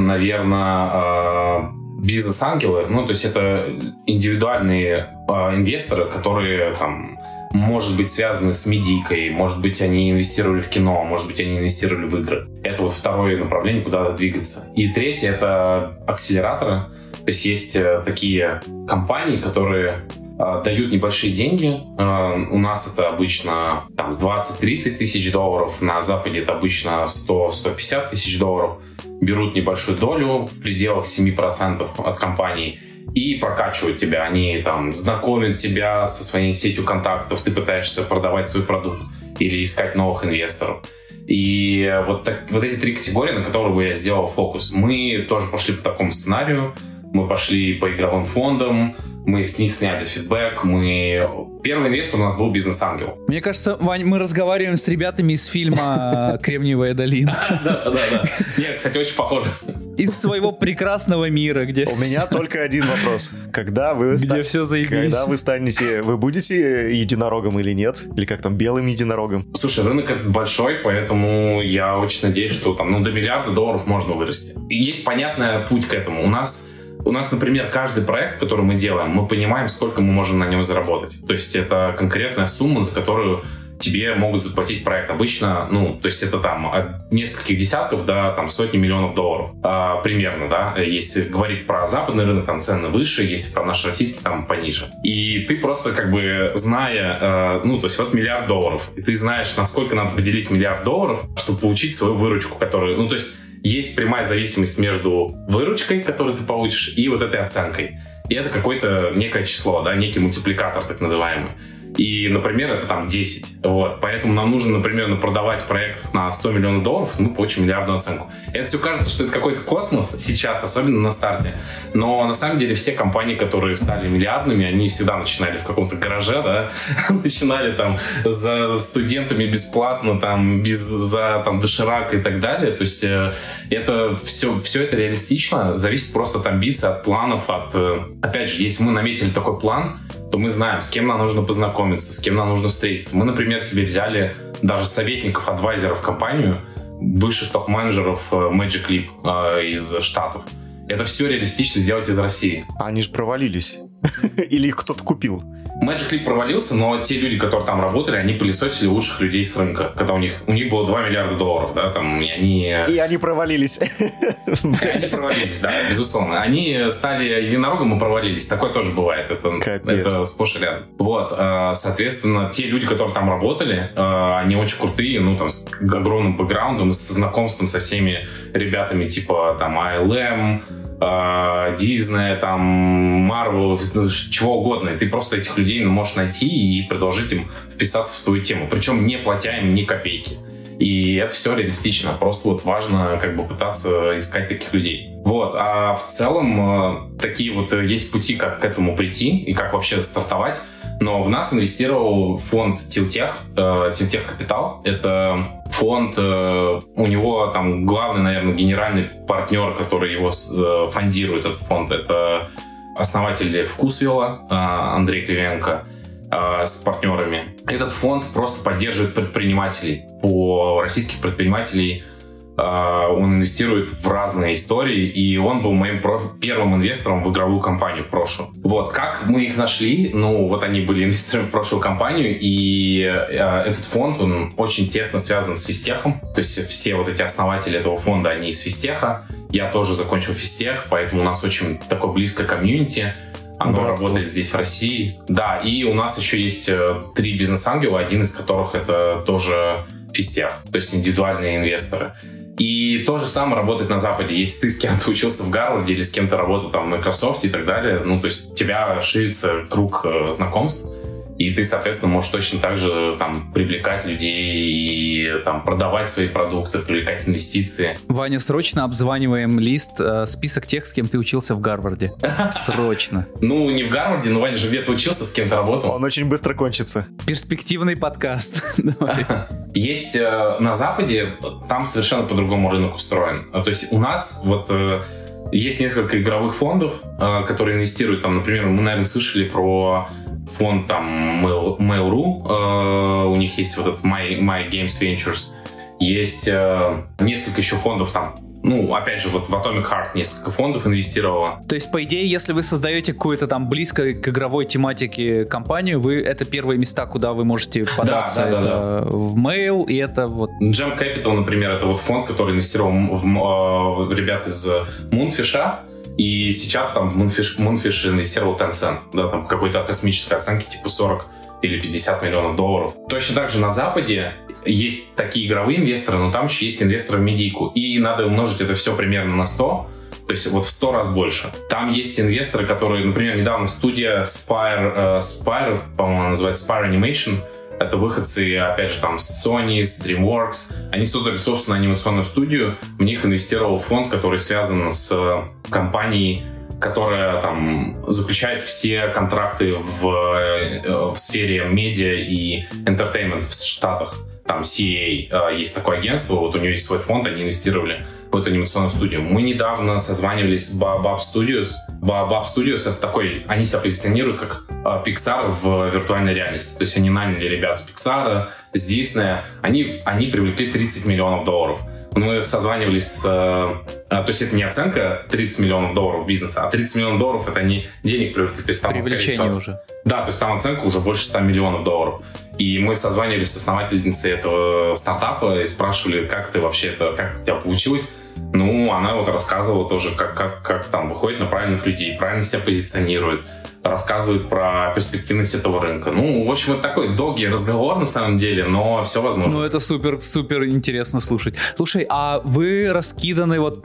наверное, бизнес-ангелы, ну, то есть это индивидуальные э, инвесторы, которые, там, может быть, связаны с медийкой, может быть, они инвестировали в кино, может быть, они инвестировали в игры. Это вот второе направление, куда надо двигаться. И третье — это акселераторы. То есть есть э, такие компании, которые э, дают небольшие деньги. Э, у нас это обычно там двадцать-тридцать тысяч долларов, на Западе это обычно сто-сто пятьдесят тысяч долларов. Берут небольшую долю в пределах семь процентов от компании и прокачивают тебя. Они там знакомят тебя со своей сетью контактов, ты пытаешься продавать свой продукт или искать новых инвесторов. И вот, так, вот эти три категории, на которые бы я сделал фокус. Мы тоже пошли по такому сценарию. Мы пошли по игровым фондам, мы с них сняли фидбэк, мы... Первый инвестор у нас был бизнес-ангел. Мне кажется, Вань, мы разговариваем с ребятами из фильма «Кремниевая долина». Да-да-да. Нет, кстати, очень похоже. Из своего прекрасного мира, где... У меня только один вопрос. Когда вы где все заебись. Когда вы станете... Вы будете единорогом или нет? Или как там, белым единорогом? Слушай, рынок этот большой, поэтому я очень надеюсь, что там, ну, до миллиарда долларов можно вырасти. И есть понятный путь к этому. У нас... У нас, например, каждый проект, который мы делаем, мы понимаем, сколько мы можем на нем заработать. То есть это конкретная сумма, за которую тебе могут заплатить проект. Обычно, ну, то есть это там от нескольких десятков до там сотни миллионов долларов. А, примерно, да. Если говорить про западный рынок, там цены выше, если про наш российский, там пониже. И ты просто как бы зная, э, ну, то есть вот миллиард долларов, и ты знаешь, насколько надо поделить миллиард долларов, чтобы получить свою выручку, которую, ну, то есть есть прямая зависимость между выручкой, которую ты получишь, и вот этой оценкой. И это какое-то некое число, да, некий мультипликатор так называемый. И, например, это там десять. Вот. Поэтому нам нужно, например, продавать проект на сто миллионов долларов, мы получим миллиардную оценку. Это все кажется, что это какой-то космос сейчас, особенно на старте. Но на самом деле все компании, которые стали миллиардными, они всегда начинали в каком-то гараже, да, начинали там за студентами бесплатно, там, без, за там, доширак и так далее. То есть э, это все, все это реалистично, зависит просто от амбиций, от планов, от... Э, опять же, если мы наметили такой план, то мы знаем, с кем нам нужно познакомиться, с кем нам нужно встретиться. Мы, например, себе взяли даже советников, адвайзеров в компанию, бывших топ-менеджеров Magic Leap э, из Штатов. Это все реалистично сделать из России. Они же провалились. Или их кто-то купил? Magic Leap провалился, но те люди, которые там работали, они пылесосили лучших людей с рынка. Когда у них, у них было два миллиарда долларов, да, там, и они... И они провалились. И они провалились, да, безусловно. Они стали единорогом и провалились. Такое тоже бывает. Это, это сплошь и рядом. Вот, соответственно, те люди, которые там работали, они очень крутые, ну, там, с огромным бэкграундом, с знакомством со всеми ребятами, типа, там, эй эл эм, Disney, там, Marvel, чего угодно. И ты просто этих людей можешь найти и предложить им вписаться в твою тему. Причем не платя им ни копейки. И это все реалистично. Просто вот важно как бы пытаться искать таких людей. Вот. А в целом такие вот есть пути, как к этому прийти и как вообще стартовать. Но в нас инвестировал фонд Tiltech, Tiltech Capital. Это фонд, у него там главный, наверное, генеральный партнер, который его фондирует, этот фонд, это основатель Вкусвилла Андрей Кривенко с партнерами. Этот фонд просто поддерживает предпринимателей, по российских предпринимателей. Он инвестирует в разные истории, и он был моим первым инвестором в игровую компанию в прошлом. Вот, как мы их нашли? Ну, вот они были инвесторами в прошлую компанию, и этот фонд, он очень тесно связан с физтехом. То есть все вот эти основатели этого фонда, они из физтеха. Я тоже закончил физтех, поэтому у нас очень такое близкое комьюнити. Оно Братство. Работает здесь, в России. Да, и у нас еще есть три бизнес-ангела, один из которых это тоже физтех, то есть индивидуальные инвесторы. И то же самое работает на Западе. Если ты с кем-то учился в Гарварде или с кем-то работал там в Microsoft и так далее, ну, то есть у тебя ширится круг э, знакомств, и ты, соответственно, можешь точно так же там привлекать людей и там продавать свои продукты, привлекать инвестиции. Ваня, срочно обзваниваем лист, э, список тех, с кем ты учился в Гарварде. Срочно. Ну, не в Гарварде, но Ваня же где-то учился, с кем-то работал. Он очень быстро кончится. Перспективный подкаст. Есть э, на Западе, там совершенно по-другому рынок устроен. То есть у нас вот э, есть несколько игровых фондов, э, которые инвестируют, там, например, мы, наверное, слышали про фонд там Mail.ru, э, у них есть вот этот My, My Games Ventures, есть э, несколько еще фондов там. Ну, опять же, вот в Atomic Heart несколько фондов инвестировало. То есть, по идее, если вы создаете какую-то там близко к игровой тематике компанию, вы это первые места, куда вы можете податься. Да, да, это да, да. В Mail, и это вот... Gem Capital, например, это вот фонд, который инвестировал в, в ребят из Moonfish, и сейчас там Moonfish, Moonfish инвестировал Tencent, да, там какой-то космической оценки типа сорок или пятьдесят миллионов долларов. Точно так же на Западе есть такие игровые инвесторы, но там еще есть инвесторы в медийку. И надо умножить это все примерно на сто. То То есть вот в сто раз больше. Там есть инвесторы, которые, например, недавно студия Spire, э, Spire, по-моему, называется Spire Animation. Это выходцы, опять же, там, с Sony, с DreamWorks. Они создали собственную анимационную студию. В них инвестировал фонд, который связан с компанией, которая там заключает все контракты в, в сфере медиа и entertainment в Штатах. Там си эй эй есть такое агентство, вот у нее есть свой фонд, они инвестировали в эту анимационную студию. Мы недавно созванивались с Baobab Studios. Baobab Studios — это такой, они себя позиционируют как Pixar в виртуальной реальности. То есть они наняли ребят с Pixar, с Disney. Они, они привлекли тридцать миллионов долларов. Мы созванивались с... То есть это не оценка тридцать миллионов долларов бизнеса, а тридцать миллионов долларов — это не денег привлекли. То есть там, привлечение всего, уже. Да, то есть там оценка уже больше ста миллионов долларов. И мы созванивались с основательницей этого стартапа и спрашивали, как ты вообще это, как у тебя получилось. Ну, она вот рассказывала тоже, как, как, как там выходит на правильных людей, правильно себя позиционирует, рассказывает про перспективность этого рынка. Ну, в общем, это такой долгий разговор на самом деле, но все возможно. Ну, это супер, супер интересно слушать. Слушай, а вы раскиданы вот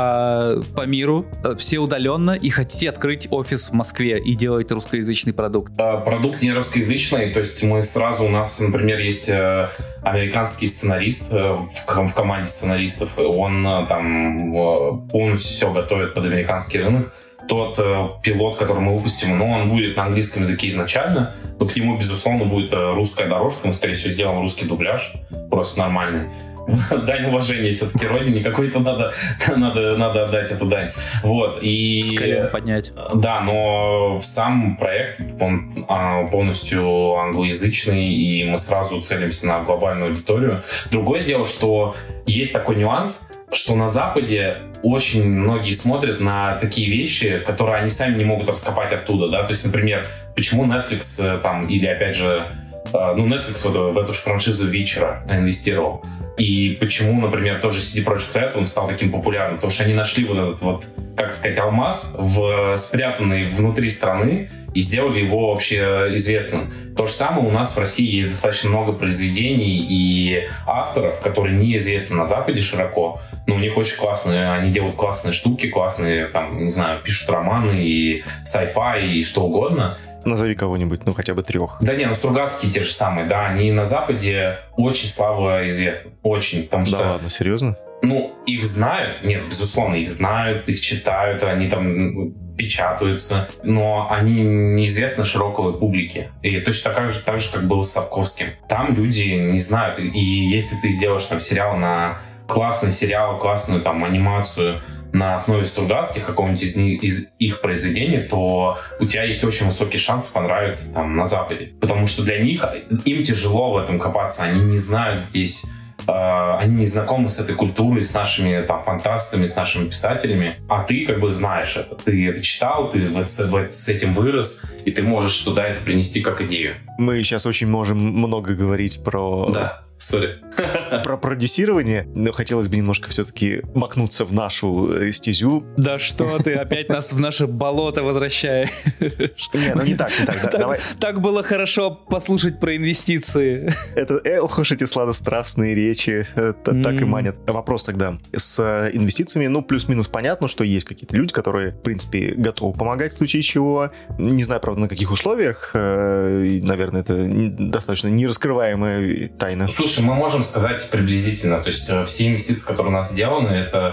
по, по миру, все удаленно, и хотите открыть офис в Москве и делать русскоязычный продукт? Продукт не русскоязычный, то есть мы сразу, у нас, например, есть американский сценарист в, в команде сценаристов, он там полностью все готовит под американский рынок. Тот э, пилот, который мы выпустим, ну, он будет на английском языке изначально, но к нему, безусловно, будет э, русская дорожка, мы, скорее всего, сделаем русский дубляж, просто нормальный. Дань уважения все-таки родине, какой-то надо, надо, надо отдать эту дань. Вот, и... Скорее поднять. Да, но сам проект, он а, полностью англоязычный, и мы сразу целимся на глобальную аудиторию. Другое дело, что есть такой нюанс, что на Западе очень многие смотрят на такие вещи, которые они сами не могут раскопать оттуда, да, то есть, например, почему Netflix там, или, опять же, ну, Netflix вот в эту же франшизу Вечера инвестировал, и почему, например, тоже си ди Projekt Red, он стал таким популярным, потому что они нашли вот этот вот, как сказать, алмаз, в, спрятанный внутри страны, и сделали его вообще известным. То же самое у нас в России есть достаточно много произведений и авторов, которые неизвестны на Западе широко, но у них очень классные, они делают классные штуки, классные, там, не знаю, пишут романы и sci-fi и что угодно. Назови кого-нибудь, ну хотя бы трех. Да не, ну Стругацкие те же самые, да, они на Западе очень слабо известны, очень, потому что... Да ладно, серьезно? Ну, их знают, нет, безусловно, их знают, их читают, они там печатаются, но они неизвестны широкой публике. И точно так же, так же, как было с Сапковским. Там люди не знают, и если ты сделаешь там сериал на классный сериал, классную там анимацию на основе Стругацких, какого-нибудь из, из их произведений, то у тебя есть очень высокий шанс понравиться там на Западе. Потому что для них, им тяжело в этом копаться, они не знают здесь, э, они не знакомы с этой культурой, с нашими там фантастами, с нашими писателями, а ты как бы знаешь это. Ты это читал, ты в, с, в, с этим вырос, и ты можешь туда это принести как идею. Мы сейчас очень можем много говорить про... Да. Sorry. Про продюсирование, но хотелось бы немножко все-таки макнуться в нашу стезю. Да что ты, опять нас в наше болото возвращаешь. Не, ну не так, не так. Да, так, давай. Так было хорошо послушать про инвестиции. Это, эх уж эти сладострастные речи, это, mm. так и манят. Вопрос тогда. С инвестициями, ну, плюс-минус понятно, что есть какие-то люди, которые, в принципе, готовы помогать в случае чего. Не знаю, правда, на каких условиях. Наверное, это достаточно нераскрываемая тайна. Слушай, мы можем сказать приблизительно, то есть все инвестиции, которые у нас сделаны, это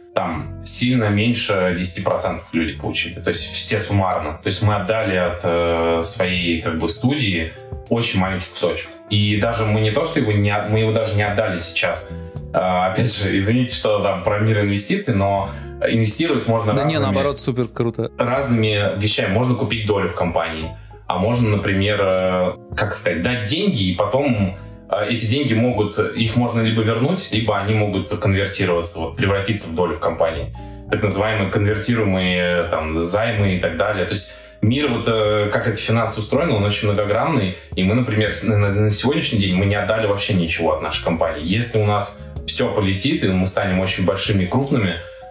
там сильно меньше десять процентов люди получили, то есть все суммарно. То есть мы отдали от э, своей как бы студии очень маленький кусочек. И даже мы не то, что его не, мы его даже не отдали сейчас. А, опять же, извините, что там про мир инвестиций, но инвестировать можно да разными... Да не, наоборот, супер круто. Разными вещами. Можно купить долю в компании, а можно, например, э, как сказать, дать деньги и потом... Эти деньги могут, их можно либо вернуть, либо они могут конвертироваться, вот, превратиться в долю в компании. Так называемые конвертируемые там, займы и так далее. То есть мир, вот, как эти финансы устроены, он очень многогранный. И мы, например, на, на сегодняшний день мы не отдали вообще ничего от нашей компании. Если у нас все полетит, и мы станем очень большими и крупными,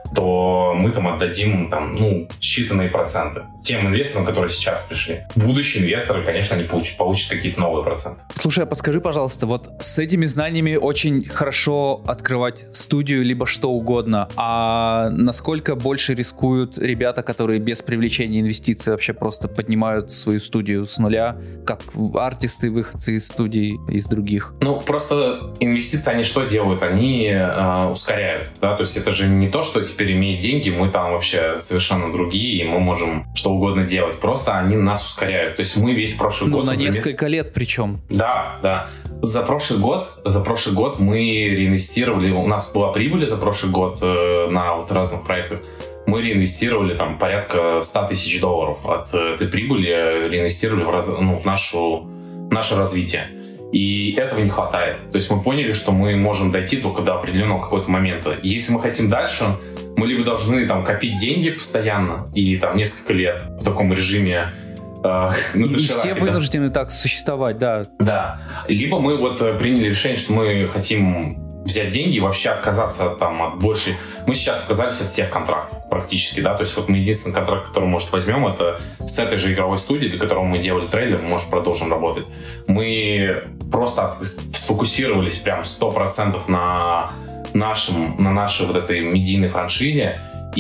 то мы там отдадим там, ну, считанные проценты тем инвесторам, которые сейчас пришли. Будущие инвесторы, конечно, они получат, получат какие-то новые проценты. Слушай, а подскажи, пожалуйста, вот с этими знаниями очень хорошо открывать студию, либо что угодно, а насколько больше рискуют ребята, которые без привлечения инвестиций вообще просто поднимают свою студию с нуля, как артисты, выходцы из студий, из других? Ну, просто инвестиции, они что делают? Они э, ускоряют, да, то есть это же не то, что теперь имея деньги, мы там вообще совершенно другие, и мы можем что угодно делать, просто они нас ускоряют, то есть мы весь прошлый ну, год... на например, несколько лет причем. Да, да. За прошлый год, за прошлый год мы реинвестировали, у нас была прибыль за прошлый год э, на вот разных проектах, мы реинвестировали там порядка сто тысяч долларов от этой прибыли, реинвестировали в, раз, ну, в нашу, наше развитие. И этого не хватает. То есть мы поняли, что мы можем дойти только до определенного какого-то момента. Если мы хотим дальше, мы либо должны там копить деньги постоянно и там несколько лет в таком режиме э, и, и все вынуждены так существовать, да. Да. Либо мы вот приняли решение, что мы хотим взять деньги и вообще отказаться там от большей... Мы сейчас отказались от всех контрактов практически, да, то есть вот мы единственный контракт, который, может, возьмем, это с этой же игровой студией, для которого мы делали трейлер, может, продолжим работать. Мы просто сфокусировались прям сто процентов на нашем, на нашей вот этой медийной франшизе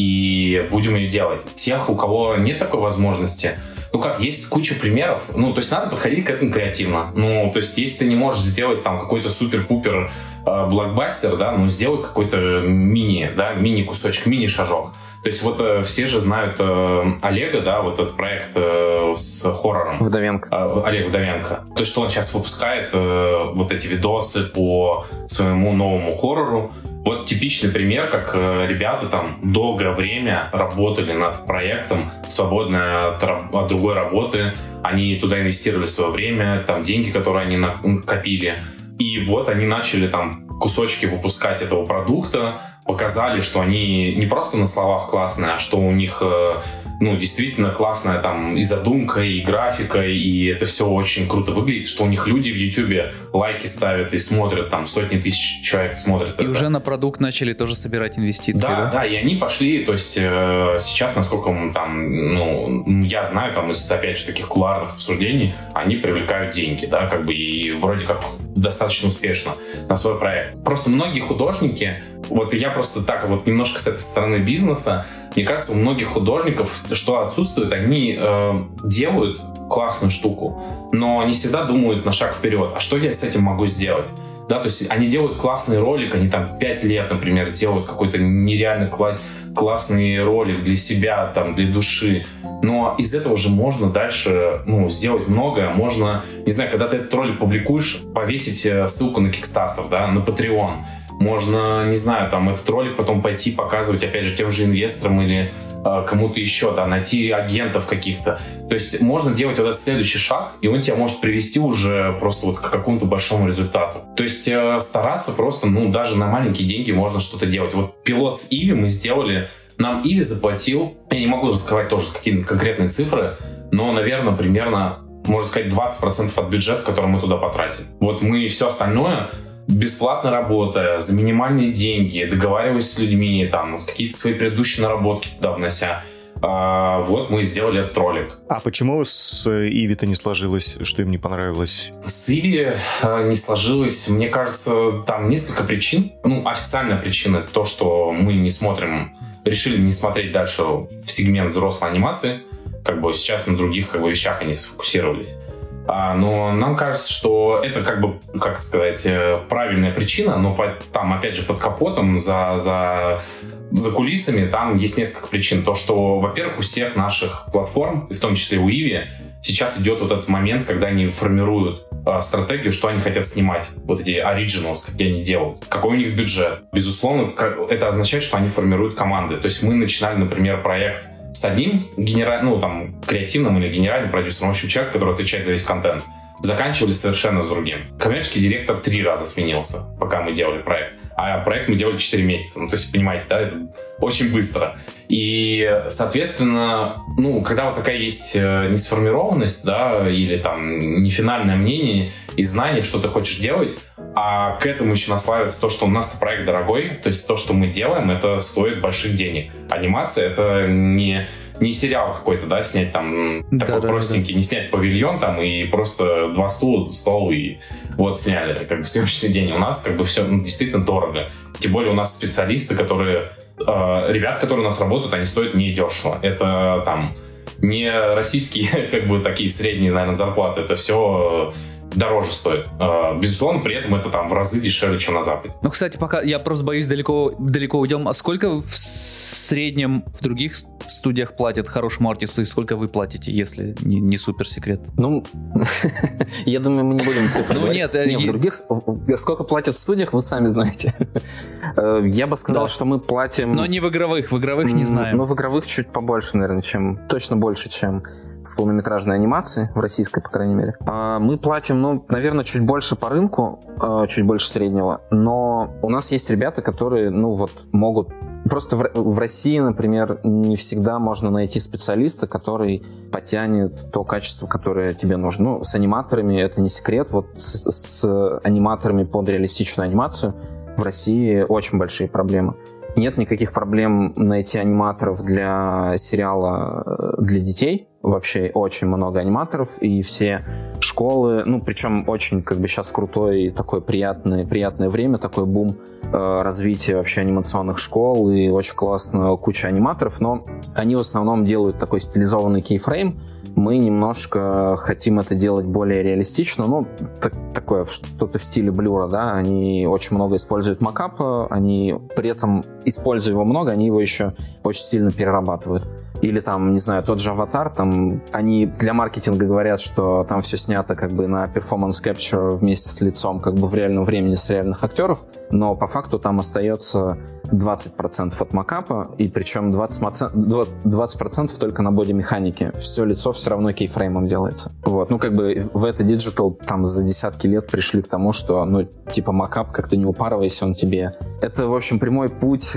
и будем ее делать. Тех, у кого нет такой возможности, ну как, есть куча примеров, ну, то есть надо подходить к этому креативно. Ну, то есть если ты не можешь сделать там какой-то супер-пупер э, блокбастер, да, ну, сделай какой-то мини, да, мини-кусочек, мини-шажок. То есть вот э, все же знают э, Олега, да, вот этот проект э, с хоррором. Вдовенко. Э, Олег Вдовенко. То есть что он сейчас выпускает э, вот эти видосы по своему новому хоррору. Вот типичный пример, как э, ребята там долгое время работали над проектом, свободное от, от другой работы. Они туда инвестировали свое время, там деньги, которые они накопили. И вот они начали там кусочки выпускать этого продукта, показали, что они не просто на словах классные, а что у них ну, действительно классная там и задумка, и графика, и это все очень круто выглядит, что у них люди в Ютубе лайки ставят и смотрят, там сотни тысяч человек смотрят. И это. Уже на продукт начали тоже собирать инвестиции, да? Да, да, и они пошли, то есть э, сейчас, насколько там, ну, я знаю, там из, опять же, таких кулуарных обсуждений, они привлекают деньги, да, как бы, и вроде как достаточно успешно на свой проект. Просто многие художники, вот я просто так вот немножко с этой стороны бизнеса, мне кажется, у многих художников, что отсутствует, они э, делают классную штуку, но не всегда думают на шаг вперед. А что я с этим могу сделать? Да, то есть они делают классный ролик, они там пять лет, например, делают какой-то нереально класс, классный ролик для себя, там, для души. Но из этого же можно дальше, ну, сделать многое. Можно, не знаю, когда ты этот ролик публикуешь, повесить ссылку на Kickstarter, да, на Patreon. Можно, не знаю, там, этот ролик потом пойти показывать, опять же, тем же инвесторам или э, кому-то еще, да, найти агентов каких-то. То есть можно делать вот этот следующий шаг, и он тебя может привести уже просто вот к какому-то большому результату. То есть э, стараться просто, ну, даже на маленькие деньги можно что-то делать. Вот пилот с Иви мы сделали, нам Иви заплатил, я не могу рассказать тоже какие-то конкретные цифры, но, наверное, примерно, можно сказать, двадцать процентов от бюджета, который мы туда потратили. Вот мы все остальное... бесплатно работая, за минимальные деньги, договариваясь с людьми, там, с какие-то свои предыдущие наработки туда внося. А, вот мы сделали этот ролик. А почему с Иви-то не сложилось, что им не понравилось? С Иви э, не сложилось, мне кажется, там несколько причин. Ну, официальная причина то, что мы не смотрим, решили не смотреть дальше в сегмент взрослой анимации. Как бы сейчас на других как бы, вещах они сфокусировались. А, но нам кажется, что это как бы, как сказать, правильная причина, но по, там, опять же, под капотом, за, за, за кулисами, там есть несколько причин. То, что, во-первых, у всех наших платформ, в том числе у Иви, сейчас идет вот этот момент, когда они формируют а, стратегию, что они хотят снимать, вот эти originals, какие они делают, какой у них бюджет. Безусловно, это означает, что они формируют команды. То есть мы начинали, например, проект с одним генера... ну, там, креативным или генеральным продюсером, в общем, человек, который отвечает за весь контент. Заканчивали совершенно с другим. Коммерческий директор три раза сменился, пока мы делали проект. А проект мы делали четыре месяца. Ну, то есть, понимаете, да, это очень быстро. И, соответственно, ну, когда вот такая есть несформированность, да, или там не финальное мнение и знание, что ты хочешь делать, А к этому еще наслаивается то, что у нас проект дорогой, то есть то, что мы делаем, это стоит больших денег. Анимация — это не, не сериал какой-то, да, снять там да, такой да, простенький, да. Не снять павильон там и просто два стула, стол и вот сняли, как бы съемочный день. У нас как бы все ну, действительно дорого. Тем более у нас специалисты, которые, э, ребят, которые у нас работают, они стоят недешево. Это там не российские, как бы такие средние, наверное, зарплаты, это все дороже стоит. Безусловно, при этом это там в разы дешевле, чем на Западе. Ну, кстати, пока я просто боюсь далеко, далеко уйдем. А сколько в среднем в других студиях платят хорошему артисту и сколько вы платите, если не, не супер секрет? Ну, я думаю, мы не будем цифры Ну, нет. В других... Сколько платят в студиях, вы сами знаете. Я бы сказал, что мы платим... Но не в игровых, в игровых не знаем. Ну, в игровых чуть побольше, наверное, чем... Точно больше, чем в полнометражной анимации, в российской, по крайней мере. Мы платим, ну, наверное, чуть больше по рынку, чуть больше среднего, но у нас есть ребята, которые, ну, вот, могут... Просто в, в России, например, не всегда можно найти специалиста, который потянет то качество, которое тебе нужно. Ну, с аниматорами это не секрет. Вот с, с аниматорами под реалистичную анимацию в России очень большие проблемы. Нет никаких проблем найти аниматоров для сериала для детей. Вообще очень много аниматоров, и все школы, ну, причем очень, как бы, сейчас крутой, такое приятное, приятное время, такой бум э, развития вообще анимационных школ, и очень классно, куча аниматоров, но они в основном делают такой стилизованный кейфрейм. Мы немножко хотим это делать более реалистично, ну, так, такое, что-то в стиле блюра, да, они очень много используют макапа, они при этом, используя его много, они его еще очень сильно перерабатывают. Или там, не знаю, тот же «Аватар», там они для маркетинга говорят, что там все снято как бы на performance capture вместе с лицом, как бы в реальном времени с реальных актеров, но по факту там остается двадцать процентов от макапа, и причем двадцать процентов только на боди-механике. Все лицо все равно кейфреймом делается. Вот, ну как бы в это диджитал там за десятки лет пришли к тому, что, ну, типа макап, как-то не упарывайся, он тебе... Это, в общем, прямой путь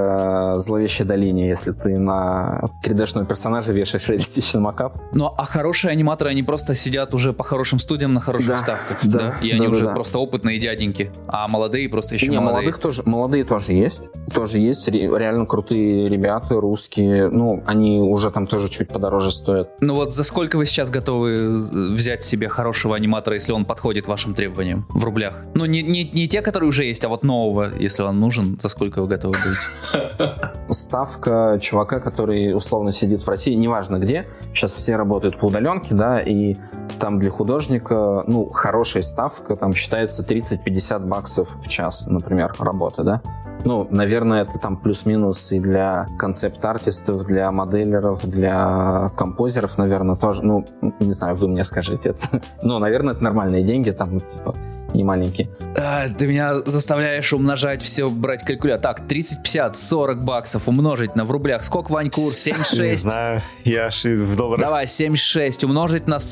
к зловещей долине, если ты на три дэ-шного персонажа вешаешь реалистичный макап. Ну, а хорошие аниматоры, они просто сидят уже по хорошим студиям на хороших да, ставках, да? да? И да, они да, уже да. просто опытные дяденьки, а молодые просто еще Не, молодые. Молодых тоже, молодые тоже есть. Тоже есть реально крутые ребята, русские. Ну, они уже там тоже чуть подороже стоят. Ну вот за сколько вы сейчас готовы взять себе хорошего аниматора, если он подходит вашим требованиям в рублях? Ну, не, не, не те, которые уже есть, а вот нового, если он нужен, за сколько вы готовы быть? Ставка чувака, который условно сидит в России, неважно где, сейчас все работают по удаленке, да, и там для художника, ну, хорошая ставка, там считается тридцать-пятьдесят баксов в час, например, работы, да. Ну, наверное, это там плюс-минус и для концепт-артистов, для моделеров, для композеров, наверное, тоже. Ну, не знаю, вы мне скажите это. Ну, наверное, это нормальные деньги, там, типа, не маленькие. А, ты меня заставляешь умножать все, брать калькулятор. Так, тридцать, пятьдесят, сорок баксов умножить на в рублях. Сколько, Вань, курс? семьдесят шесть? Не знаю, я аж в долларах. Давай, семьдесят шесть умножить на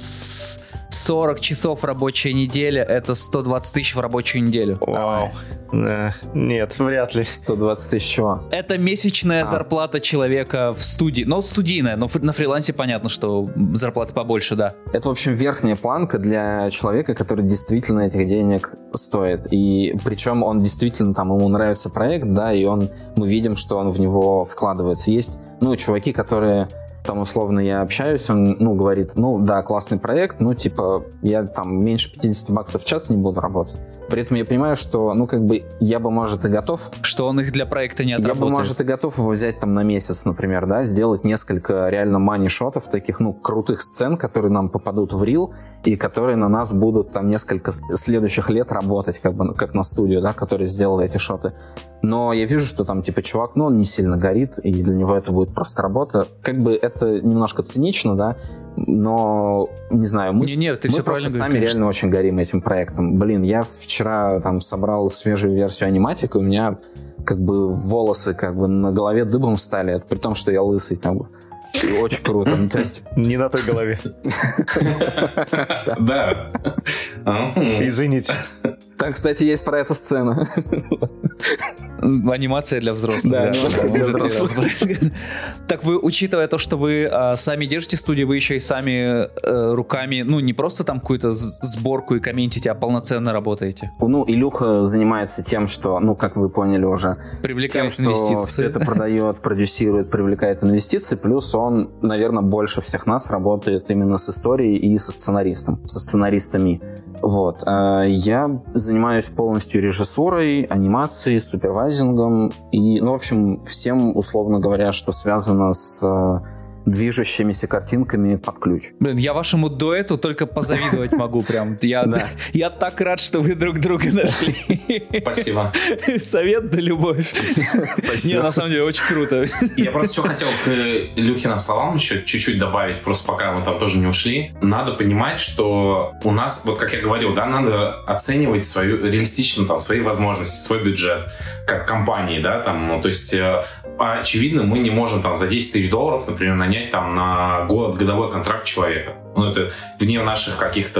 сорок часов рабочей недели, это сто двадцать тысяч в рабочую неделю. Вау. Да. Нет, вряд ли. сто двадцать тысяч чего? Это месячная а. зарплата человека в студии. Ну, студийная, но на фрилансе понятно, что зарплата побольше, да. Это, в общем, верхняя планка для человека, который действительно этих денег стоит. И причем он действительно, там, ему нравится проект, да, и он, мы видим, что он в него вкладывается. Есть, ну, чуваки, которые... Там, условно, я общаюсь, он, ну, говорит, ну, да, классный проект, ну, типа, я там меньше пятьдесят баксов в час не буду работать. При этом я понимаю, что, ну, как бы, я бы, может, и готов... Что он их для проекта не отработает. Я бы, может, и готов его взять там на месяц, например, да, сделать несколько реально мани-шотов, таких, ну, крутых сцен, которые нам попадут в рил, и которые на нас будут там несколько следующих лет работать, как бы, как на студию, да, которые сделали эти шоты. Но я вижу, что там, типа, чувак, ну, он не сильно горит, и для него это будет просто работа. Как бы это немножко цинично, да, но, не знаю, мы, не, не, ты мы все просто сами говоришь, реально очень горим этим проектом. Блин, я вчера там собрал свежую версию аниматика, и у меня как бы волосы как бы на голове дыбом встали, при том, что я лысый, как бы. И очень круто. Ну, то есть... Не на той голове. Да. Извините. Там, кстати, есть про эту сцену. Анимация для взрослых. Да, да, анимация для взрослых. Так вы, учитывая то, что вы а, сами держите студию, вы еще и сами а, руками, ну, не просто там какую-то сборку и комментите, а полноценно работаете? Ну, Илюха занимается тем, что, ну, как вы поняли уже, привлекает тем, что инвестиции. все это продает, продюсирует, привлекает инвестиции, плюс он, наверное, больше всех нас работает именно с историей и со сценаристом, со сценаристами. Вот. Я занимаюсь полностью режиссурой, анимацией, супервайзингом и, ну, в общем, всем, условно говоря, что связано с движущимися картинками под ключ. Блин, я вашему дуэту только позавидовать могу прям. Я, да. я так рад, что вы друг друга нашли. Спасибо. Совет да любовь. Не, на самом деле, очень круто. Я просто что хотел к Илюхиным словам еще чуть-чуть добавить, просто пока мы там тоже не ушли. Надо понимать, что у нас, вот как я говорил, да, надо оценивать свою, реалистично там, свои возможности, свой бюджет, как компании, да, там, ну, то есть очевидно, мы не можем там за десять тысяч долларов, например, нанять там на год годовой контракт человека. Ну, это вне наших каких-то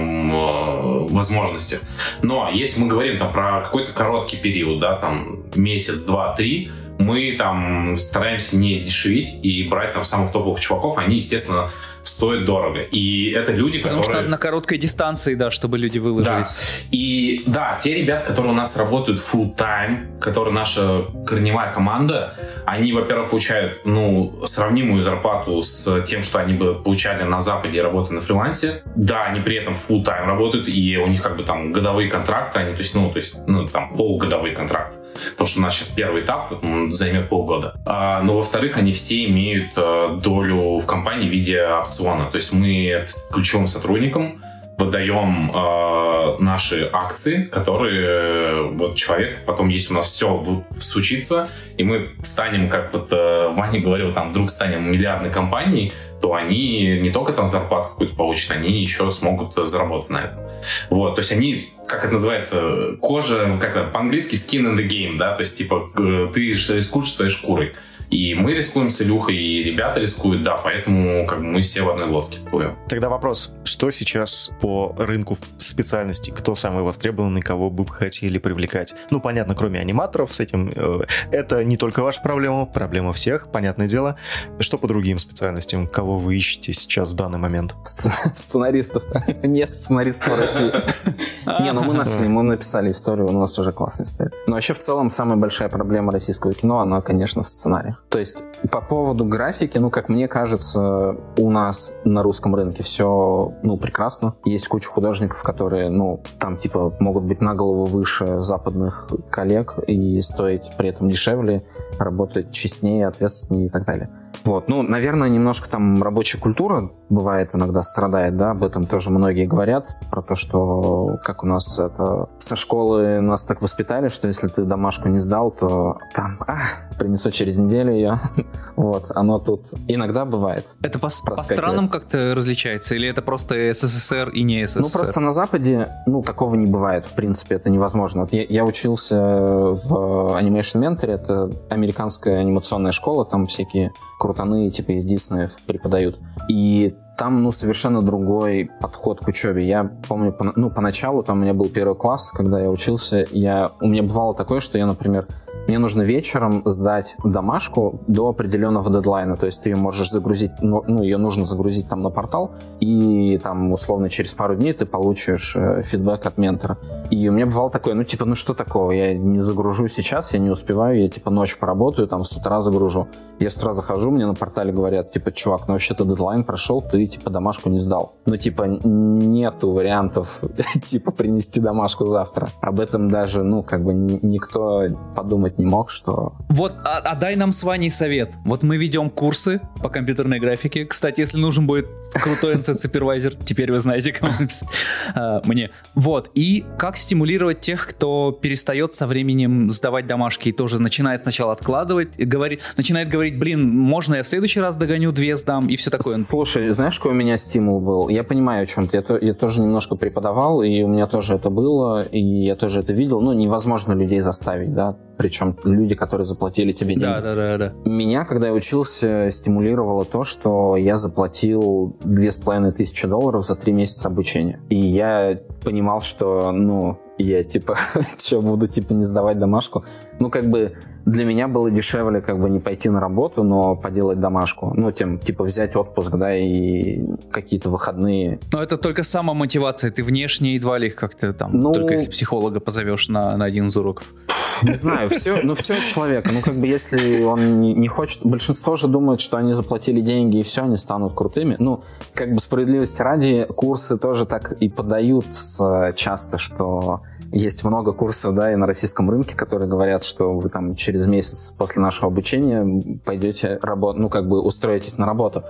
там возможностей. Но если мы говорим там про какой-то короткий период, да, там месяц, два, три, мы там стараемся не дешевить и брать там самых топовых чуваков, они, естественно, стоят дорого. И это люди, Потому которые... что на короткой дистанции, да, чтобы люди выложились. Да. И да, те ребята, которые у нас работают full-time, которые наша корневая команда, они, во-первых, получают, ну, сравнимую зарплату с тем, что они бы получали на Западе, работая на фрилансе. Да, они при этом full-time работают, и у них как бы там годовые контракты, они, то есть, ну, то есть, ну, там, полугодовые контракты. Потому что у нас сейчас первый этап, он займет полгода. А, но, во-вторых, они все имеют а, долю в компании в виде опциона. То есть мы с ключевым сотрудником выдаем э, наши акции, которые вот человек, потом если у нас все случится, и мы станем, как вот э, Ваня говорил, там вдруг станем миллиардной компанией, то они не только там зарплату какую-то получат, они еще смогут заработать на этом. Вот, то есть они, как это называется, кожа, как это по-английски skin in the game, да, то есть типа ты рискуешь своей шкурой. И мы рискуем с Илюхой, и ребята рискуют, да, поэтому как бы мы все в одной лодке плывем. Тогда вопрос, что сейчас по рынку специальностей, кто самый востребованный, кого бы вы хотели привлекать? Ну, понятно, кроме аниматоров с этим, э, это не только ваша проблема, проблема всех, понятное дело. Что по другим специальностям, кого вы ищете сейчас в данный момент? Сценаристов. Нет сценаристов в России. Не, ну мы нашли, мы написали историю, у нас уже классная история. Но вообще в целом самая большая проблема российского кино, она, конечно, в сценариях. То есть по поводу графики, ну, как мне кажется, у нас на русском рынке все, ну, прекрасно. Есть куча художников, которые, ну, там, типа, могут быть на голову выше западных коллег и стоить при этом дешевле, работать честнее, ответственнее и так далее. Вот, ну, наверное, немножко там рабочая культура бывает иногда страдает, да, об этом тоже многие говорят, про то, что как у нас это со школы нас так воспитали, что если ты домашку не сдал, то там, а, принесу через неделю ее, вот, оно тут иногда бывает. Это по, по странам как-то различается, или это просто СССР и не СССР? Ну, просто на Западе, ну, такого не бывает, в принципе, это невозможно. Вот я, я учился в Animation Mentor, это американская анимационная школа, там всякие крутаны типа из Диснея преподают. И там, ну, совершенно другой подход к учебе. Я помню, по, ну, поначалу, там у меня был первый класс, когда я учился, я, у меня бывало такое, что я, например, мне нужно вечером сдать домашку до определенного дедлайна, то есть ты ее можешь загрузить, ну, ну ее нужно загрузить там на портал, и там, условно, через пару дней ты получишь э, фидбэк от ментора. И у меня бывало такое, ну, типа, ну, что такого, я не загружу сейчас, я не успеваю, я, типа, ночью поработаю, там, с утра загружу. Я с утра захожу, мне на портале говорят, типа, чувак, ну, вообще-то дедлайн прошел, ты, типа, домашку не сдал. Ну, типа, нету вариантов, типа, принести домашку завтра. Об этом даже, ну, как бы, никто подумать не мог, что... Вот, а, а дай нам с Ваней совет. Вот мы ведем курсы по компьютерной графике. Кстати, если нужен будет крутой эн си-супервайзер, теперь вы знаете, кому написать. А, мне. Вот, и как стимулировать тех, кто перестает со временем сдавать домашки и тоже начинает сначала откладывать, и говорит, начинает говорить, блин, можно я в следующий раз догоню, две сдам, и все такое. Слушай, знаешь, какой у меня стимул был? Я понимаю, о чем ты. Я, то, я тоже немножко преподавал, и у меня тоже это было, и я тоже это видел. Ну, невозможно людей заставить, да, причем люди, которые заплатили тебе деньги. Да, да, да, да. Меня, когда я учился, стимулировало то, что я заплатил две с половиной тысячи долларов за три месяца обучения. И я понимал, что, ну, я, типа, что, буду, типа, не сдавать домашку? Ну, как бы, для меня было дешевле, как бы, не пойти на работу, но поделать домашку. Ну, тем, типа, взять отпуск, да, и какие-то выходные. Но это только самомотивация, ты внешне едва ли их как-то там, ну, только если психолога позовешь на, на один из уроков. Не знаю, все, ну, все от человека. Ну, как бы, если он не, не хочет... Большинство же думает, что они заплатили деньги, и все, они станут крутыми. Ну, как бы, справедливости ради, курсы тоже так и подаются часто, что есть много курсов, да, и на российском рынке, которые говорят, что вы там через месяц после нашего обучения пойдете работать, ну, как бы, устроитесь на работу.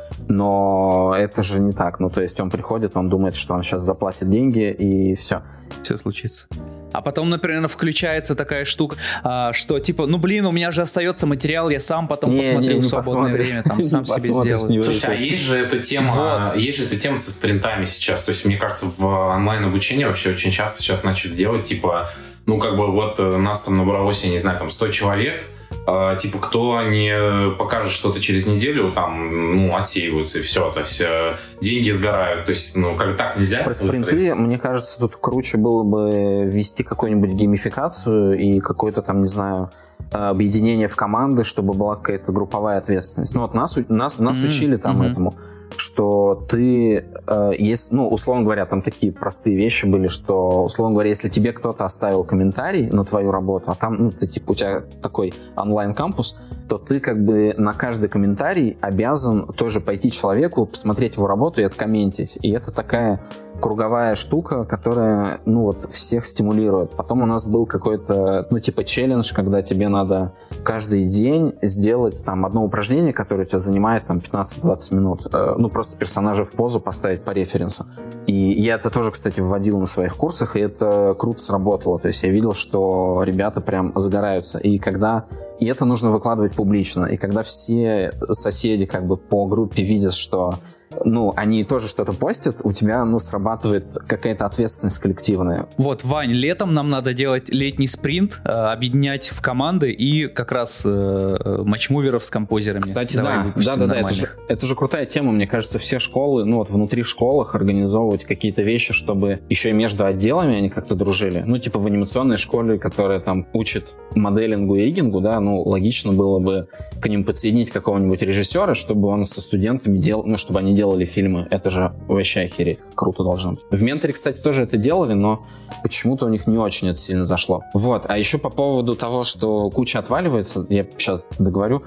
Но это же не так. Ну, то есть он приходит, он думает, что он сейчас заплатит деньги, и все. Все случится. А потом, например, включается такая штука, а, что типа, ну блин, у меня же остается материал, я сам потом не, посмотрю не, не в свободное время, там сам себе сделаю. Слушай, а есть же эта тема, вот. есть же эта тема со спринтами сейчас. То есть, мне кажется, в онлайн-обучении вообще очень часто сейчас начали делать, типа, ну как бы вот нас там на Буровосе, я не знаю, там сто человек, Uh, типа, кто не покажет что-то через неделю, там, ну, отсеиваются, и все, то есть э, деньги сгорают, то есть, ну, как так нельзя. Про спринты, мне кажется, тут круче было бы ввести какую-нибудь геймификацию и какое-то там, не знаю, объединение в команды, чтобы была какая-то групповая ответственность. Ну, вот нас, нас, нас mm-hmm. учили там mm-hmm. этому, что ты, э, есть, ну, условно говоря, там такие простые вещи были, что, условно говоря, если тебе кто-то оставил комментарий на твою работу, а там, ну, ты, типа, у тебя такой онлайн-кампус, то ты как бы на каждый комментарий обязан тоже пойти человеку, посмотреть его работу и откомментить. И это такая круговая штука, которая, ну, вот, всех стимулирует. Потом у нас был какой-то, ну, типа, челлендж, когда тебе надо каждый день сделать там одно упражнение, которое у тебя занимает там пятнадцать-двадцать минут. Ну, просто персонажа в позу поставить по референсу. И я это тоже, кстати, вводил на своих курсах, и это круто сработало. То есть я видел, что ребята прям загораются. И когда... И это нужно выкладывать публично. И когда все соседи как бы по группе видят, что, ну, они тоже что-то постят, у тебя, ну, срабатывает какая-то ответственность коллективная. Вот, Вань, летом нам надо делать летний спринт, э, объединять в команды и как раз э, матчмуверов с композерами. Кстати, Давай да, да, да, да, это же, это же крутая тема, мне кажется, все школы, ну, вот внутри школах организовывать какие-то вещи, чтобы еще и между отделами они как-то дружили. Ну, типа в анимационной школе, которая там учит моделингу и риггингу, да, ну, логично было бы к ним подсоединить какого-нибудь режиссера, чтобы он со студентами делал, ну, чтобы они делали фильмы. Это же вообще охереть. Круто должно быть. В Менторе, кстати, тоже это делали, но почему-то у них не очень это сильно зашло. Вот. А еще по поводу того, что куча отваливается, я сейчас договорю.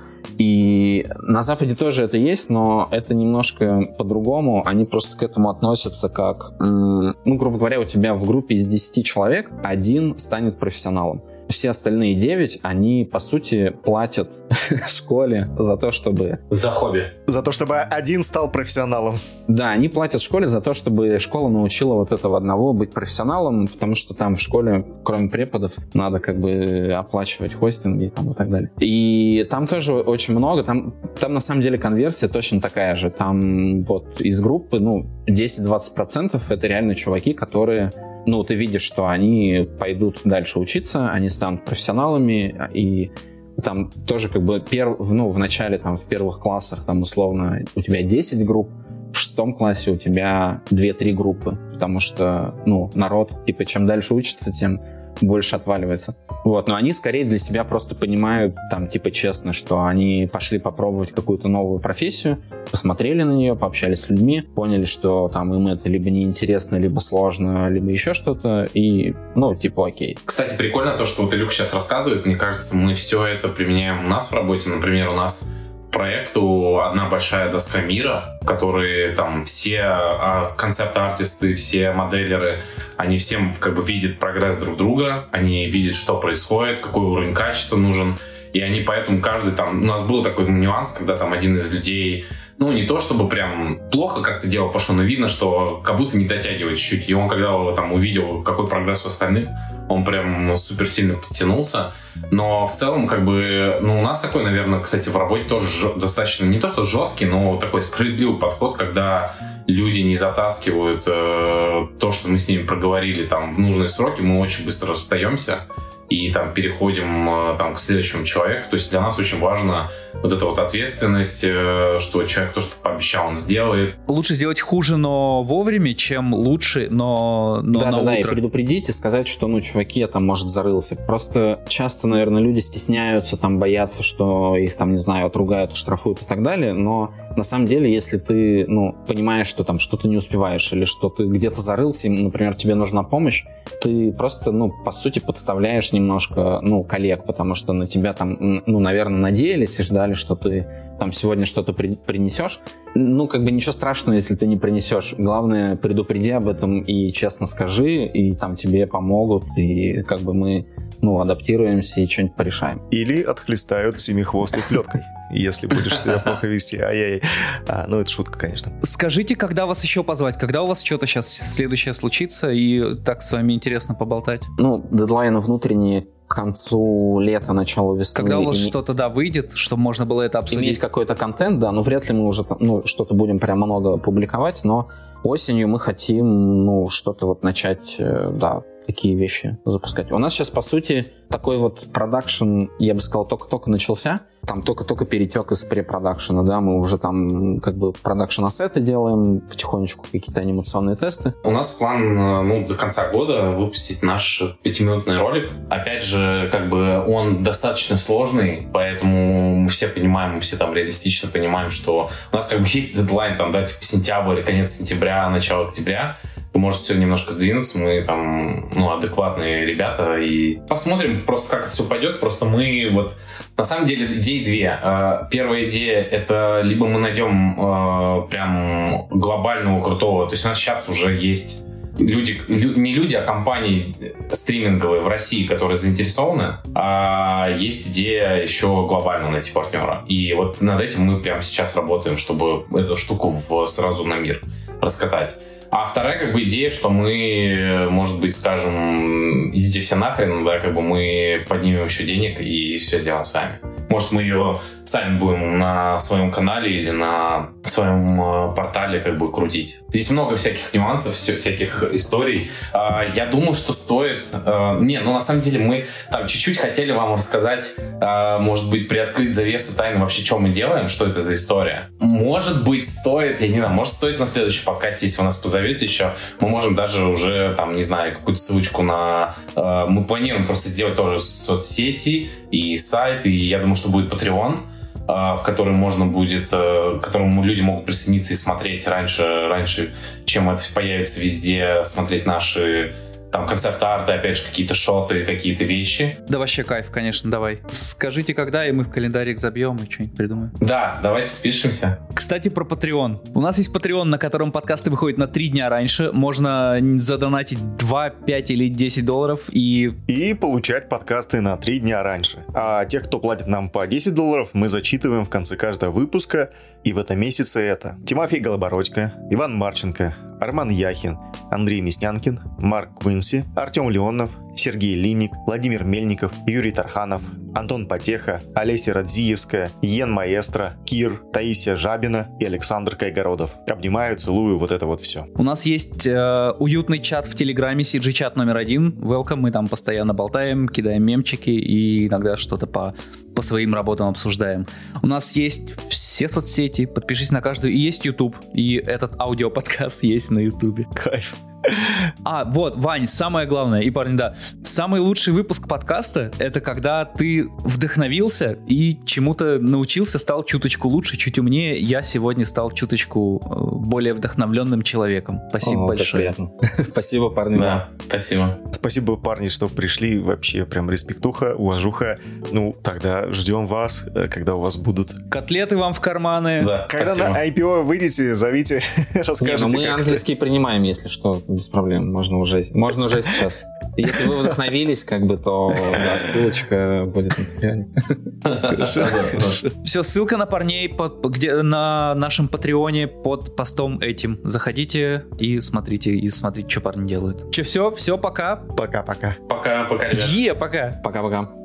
И на Западе тоже это есть, но это немножко по-другому. Они просто к этому относятся как... Ну, грубо говоря, у тебя в группе из десяти человек один станет профессионалом. Все остальные девять, они, по сути, платят школе за то, чтобы... За хобби. За то, чтобы один стал профессионалом. Да, они платят школе за то, чтобы школа научила вот этого одного быть профессионалом, потому что там в школе, кроме преподов, надо как бы оплачивать хостинги там, и так далее. И там тоже очень много. Там, там на самом деле конверсия точно такая же. Там вот из группы, ну, десять-двадцать процентов это реально чуваки, которые... Ну, ты видишь, что они пойдут дальше учиться, они станут профессионалами, и там тоже как бы перв, ну, в начале, там, в первых классах, там, условно, у тебя десять групп, в шестом классе у тебя две-три группы, потому что, ну, народ, типа, чем дальше учится, тем больше отваливается. Вот, но они скорее для себя просто понимают, там, типа, честно, что они пошли попробовать какую-то новую профессию, посмотрели на нее, пообщались с людьми, поняли, что там им это либо неинтересно, либо сложно, либо еще что-то, и, ну, типа, окей. Кстати, прикольно то, что вот Илюха сейчас рассказывает, мне кажется, мы все это применяем у нас в работе, например, у нас проекту «Одна большая доска мира», в которой там все концепт-артисты, все моделеры, они всем как бы видят прогресс друг друга, они видят, что происходит, какой уровень качества нужен, и они поэтому каждый там... У нас был такой нюанс, когда там один из людей, ну, не то чтобы прям плохо как-то дело пошло, но видно, что как будто не дотягивает чуть-чуть. И он, когда там увидел, какой прогресс у остальных, он прям супер сильно подтянулся. Но в целом, как бы, ну, у нас такой, наверное, кстати, в работе тоже ж- достаточно, не то что жесткий, но такой справедливый подход, когда люди не затаскивают э, то, что мы с ними проговорили там в нужные сроки, мы очень быстро расстаемся. и там переходим там, к следующему человеку. То есть для нас очень важна вот эта вот ответственность, что человек то, что пообещал, он сделает. Лучше сделать хуже, но вовремя, чем лучше, но, но да, на да, утро. Да, и предупредить, и сказать, что, ну, чуваки, я там, может, зарылся. Просто часто, наверное, люди стесняются, там, боятся, что их, там, не знаю, отругают, оштрафуют и так далее, но на самом деле, если ты, ну, понимаешь, что там что-то не успеваешь, или что ты где-то зарылся, и, например, тебе нужна помощь, ты просто, ну, по сути, подставляешь немножко, ну, коллег, потому что на тебя там, ну, наверное, надеялись и ждали, что ты там сегодня что-то при- принесешь. Ну, как бы ничего страшного, если ты не принесешь. Главное, предупреди об этом и честно скажи, и там тебе помогут, и как бы мы, ну, адаптируемся и что-нибудь порешаем. Или отхлестают семихвостой плеткой, если будешь себя плохо вести. Ай-яй. А, ну, это шутка, конечно. Скажите, когда вас еще позвать? Когда у вас что-то сейчас следующее случится, и так с вами интересно поболтать? Ну, дедлайны внутренние к концу лета, началу весны. Когда у вас и... что-то, да, выйдет, чтобы можно было это обсудить? Иметь какой-то контент, да, но вряд ли мы уже ну, что-то будем прям много публиковать, но осенью мы хотим, ну, что-то вот начать, да, такие вещи запускать. У нас сейчас, по сути, такой вот продакшн, я бы сказал, только-только начался. Там только-только перетек из препродакшена, да, мы уже там как бы продакшн-ассеты делаем, потихонечку какие-то анимационные тесты. У нас план, ну, до конца года выпустить наш пятиминутный ролик. Опять же, как бы он достаточно сложный, поэтому мы все понимаем, мы все там реалистично понимаем, что у нас как бы есть дедлайн, там, да, типа сентябрь, конец сентября, начало октября. Может все немножко сдвинуться, мы там, ну, адекватные ребята, и посмотрим просто, как это все пойдет. Просто мы вот, на самом деле, идеи две. Первая идея — это либо мы найдем прям глобального крутого, то есть у нас сейчас уже есть люди, не люди, а компании стриминговые в России, которые заинтересованы, а есть идея еще глобально найти партнера. И вот над этим мы прямо сейчас работаем, чтобы эту штуку в, сразу на мир раскатать. А вторая, как бы, идея, что мы, может быть, скажем, идите все нахрен, да, как бы мы поднимем еще денег и все сделаем сами. Может, мы ее сами будем на своем канале или на своем э, портале как бы крутить. Здесь много всяких нюансов, все, всяких историй. Э, я думаю, что стоит... Э, не, ну на самом деле мы там чуть-чуть хотели вам рассказать, э, может быть, приоткрыть завесу тайны вообще, что мы делаем, что это за история. Может быть, стоит, я не знаю, может, стоит на следующем подкасте, если вы нас позовете еще, мы можем даже уже, там, не знаю, какую-то ссылочку на... Э, мы планируем просто сделать тоже соцсети и сайт, и я думаю, что будет Patreon, в который можно будет, к которому люди могут присоединиться и смотреть раньше, раньше, чем это появится везде, смотреть наши там концепт-арты, опять же, какие-то шоты, какие-то вещи. Да вообще кайф, конечно, давай. Скажите, когда, и мы в календарик забьем и что-нибудь придумаем. Да, давайте спишемся. Кстати, про Patreon. У нас есть Patreon, на котором подкасты выходят на три дня раньше. Можно задонатить два, пять или десять долларов и... И получать подкасты на три дня раньше. А тех, кто платит нам по десять долларов, мы зачитываем в конце каждого выпуска. И в этом месяце это Тимофей Голобородько, Иван Марченко, Арман Яхин, Андрей Мяснянкин, Марк Квинси, Артем Леонов, Сергей Линник, Владимир Мельников, Юрий Тарханов, Антон Потеха, Олеся Радзиевская, Йен Маэстро, Кир, Таисия Жабина и Александр Кайгородов. Обнимаю, целую, вот это вот все. У нас есть э, уютный чат в Телеграме, си джи-чат номер один. Welcome, мы там постоянно болтаем, кидаем мемчики и иногда что-то по, по своим работам обсуждаем. У нас есть все соцсети, подпишись на каждую. И есть YouTube, и этот аудиоподкаст есть на YouTube. Кайф. А, вот, Вань, самое главное, и, парни, да, самый лучший выпуск подкаста — это когда ты вдохновился и чему-то научился, стал чуточку лучше, чуть умнее. Я сегодня стал чуточку более вдохновленным человеком. Спасибо О, большое. Спасибо, парни. Да, спасибо. Спасибо, парни, что пришли. Вообще прям респектуха, уважуха. Ну, тогда ждем вас, когда у вас будут... Котлеты вам в карманы. Да, когда спасибо. на ай пи о выйдете, зовите, расскажите. Не, ну мы как английский принимаем, если что, без проблем. Можно уже, можно уже сейчас. Если вы вдохновились, как бы, то да, ссылочка будет на Patreon. Хорошо, хорошо. Все, ссылка на парней под, где, на нашем патреоне под постом этим. Заходите и смотрите, и смотрите, что парни делают. Че, все, все, пока. Пока-пока. Пока, пока, ребят. Е, пока. Пока-пока.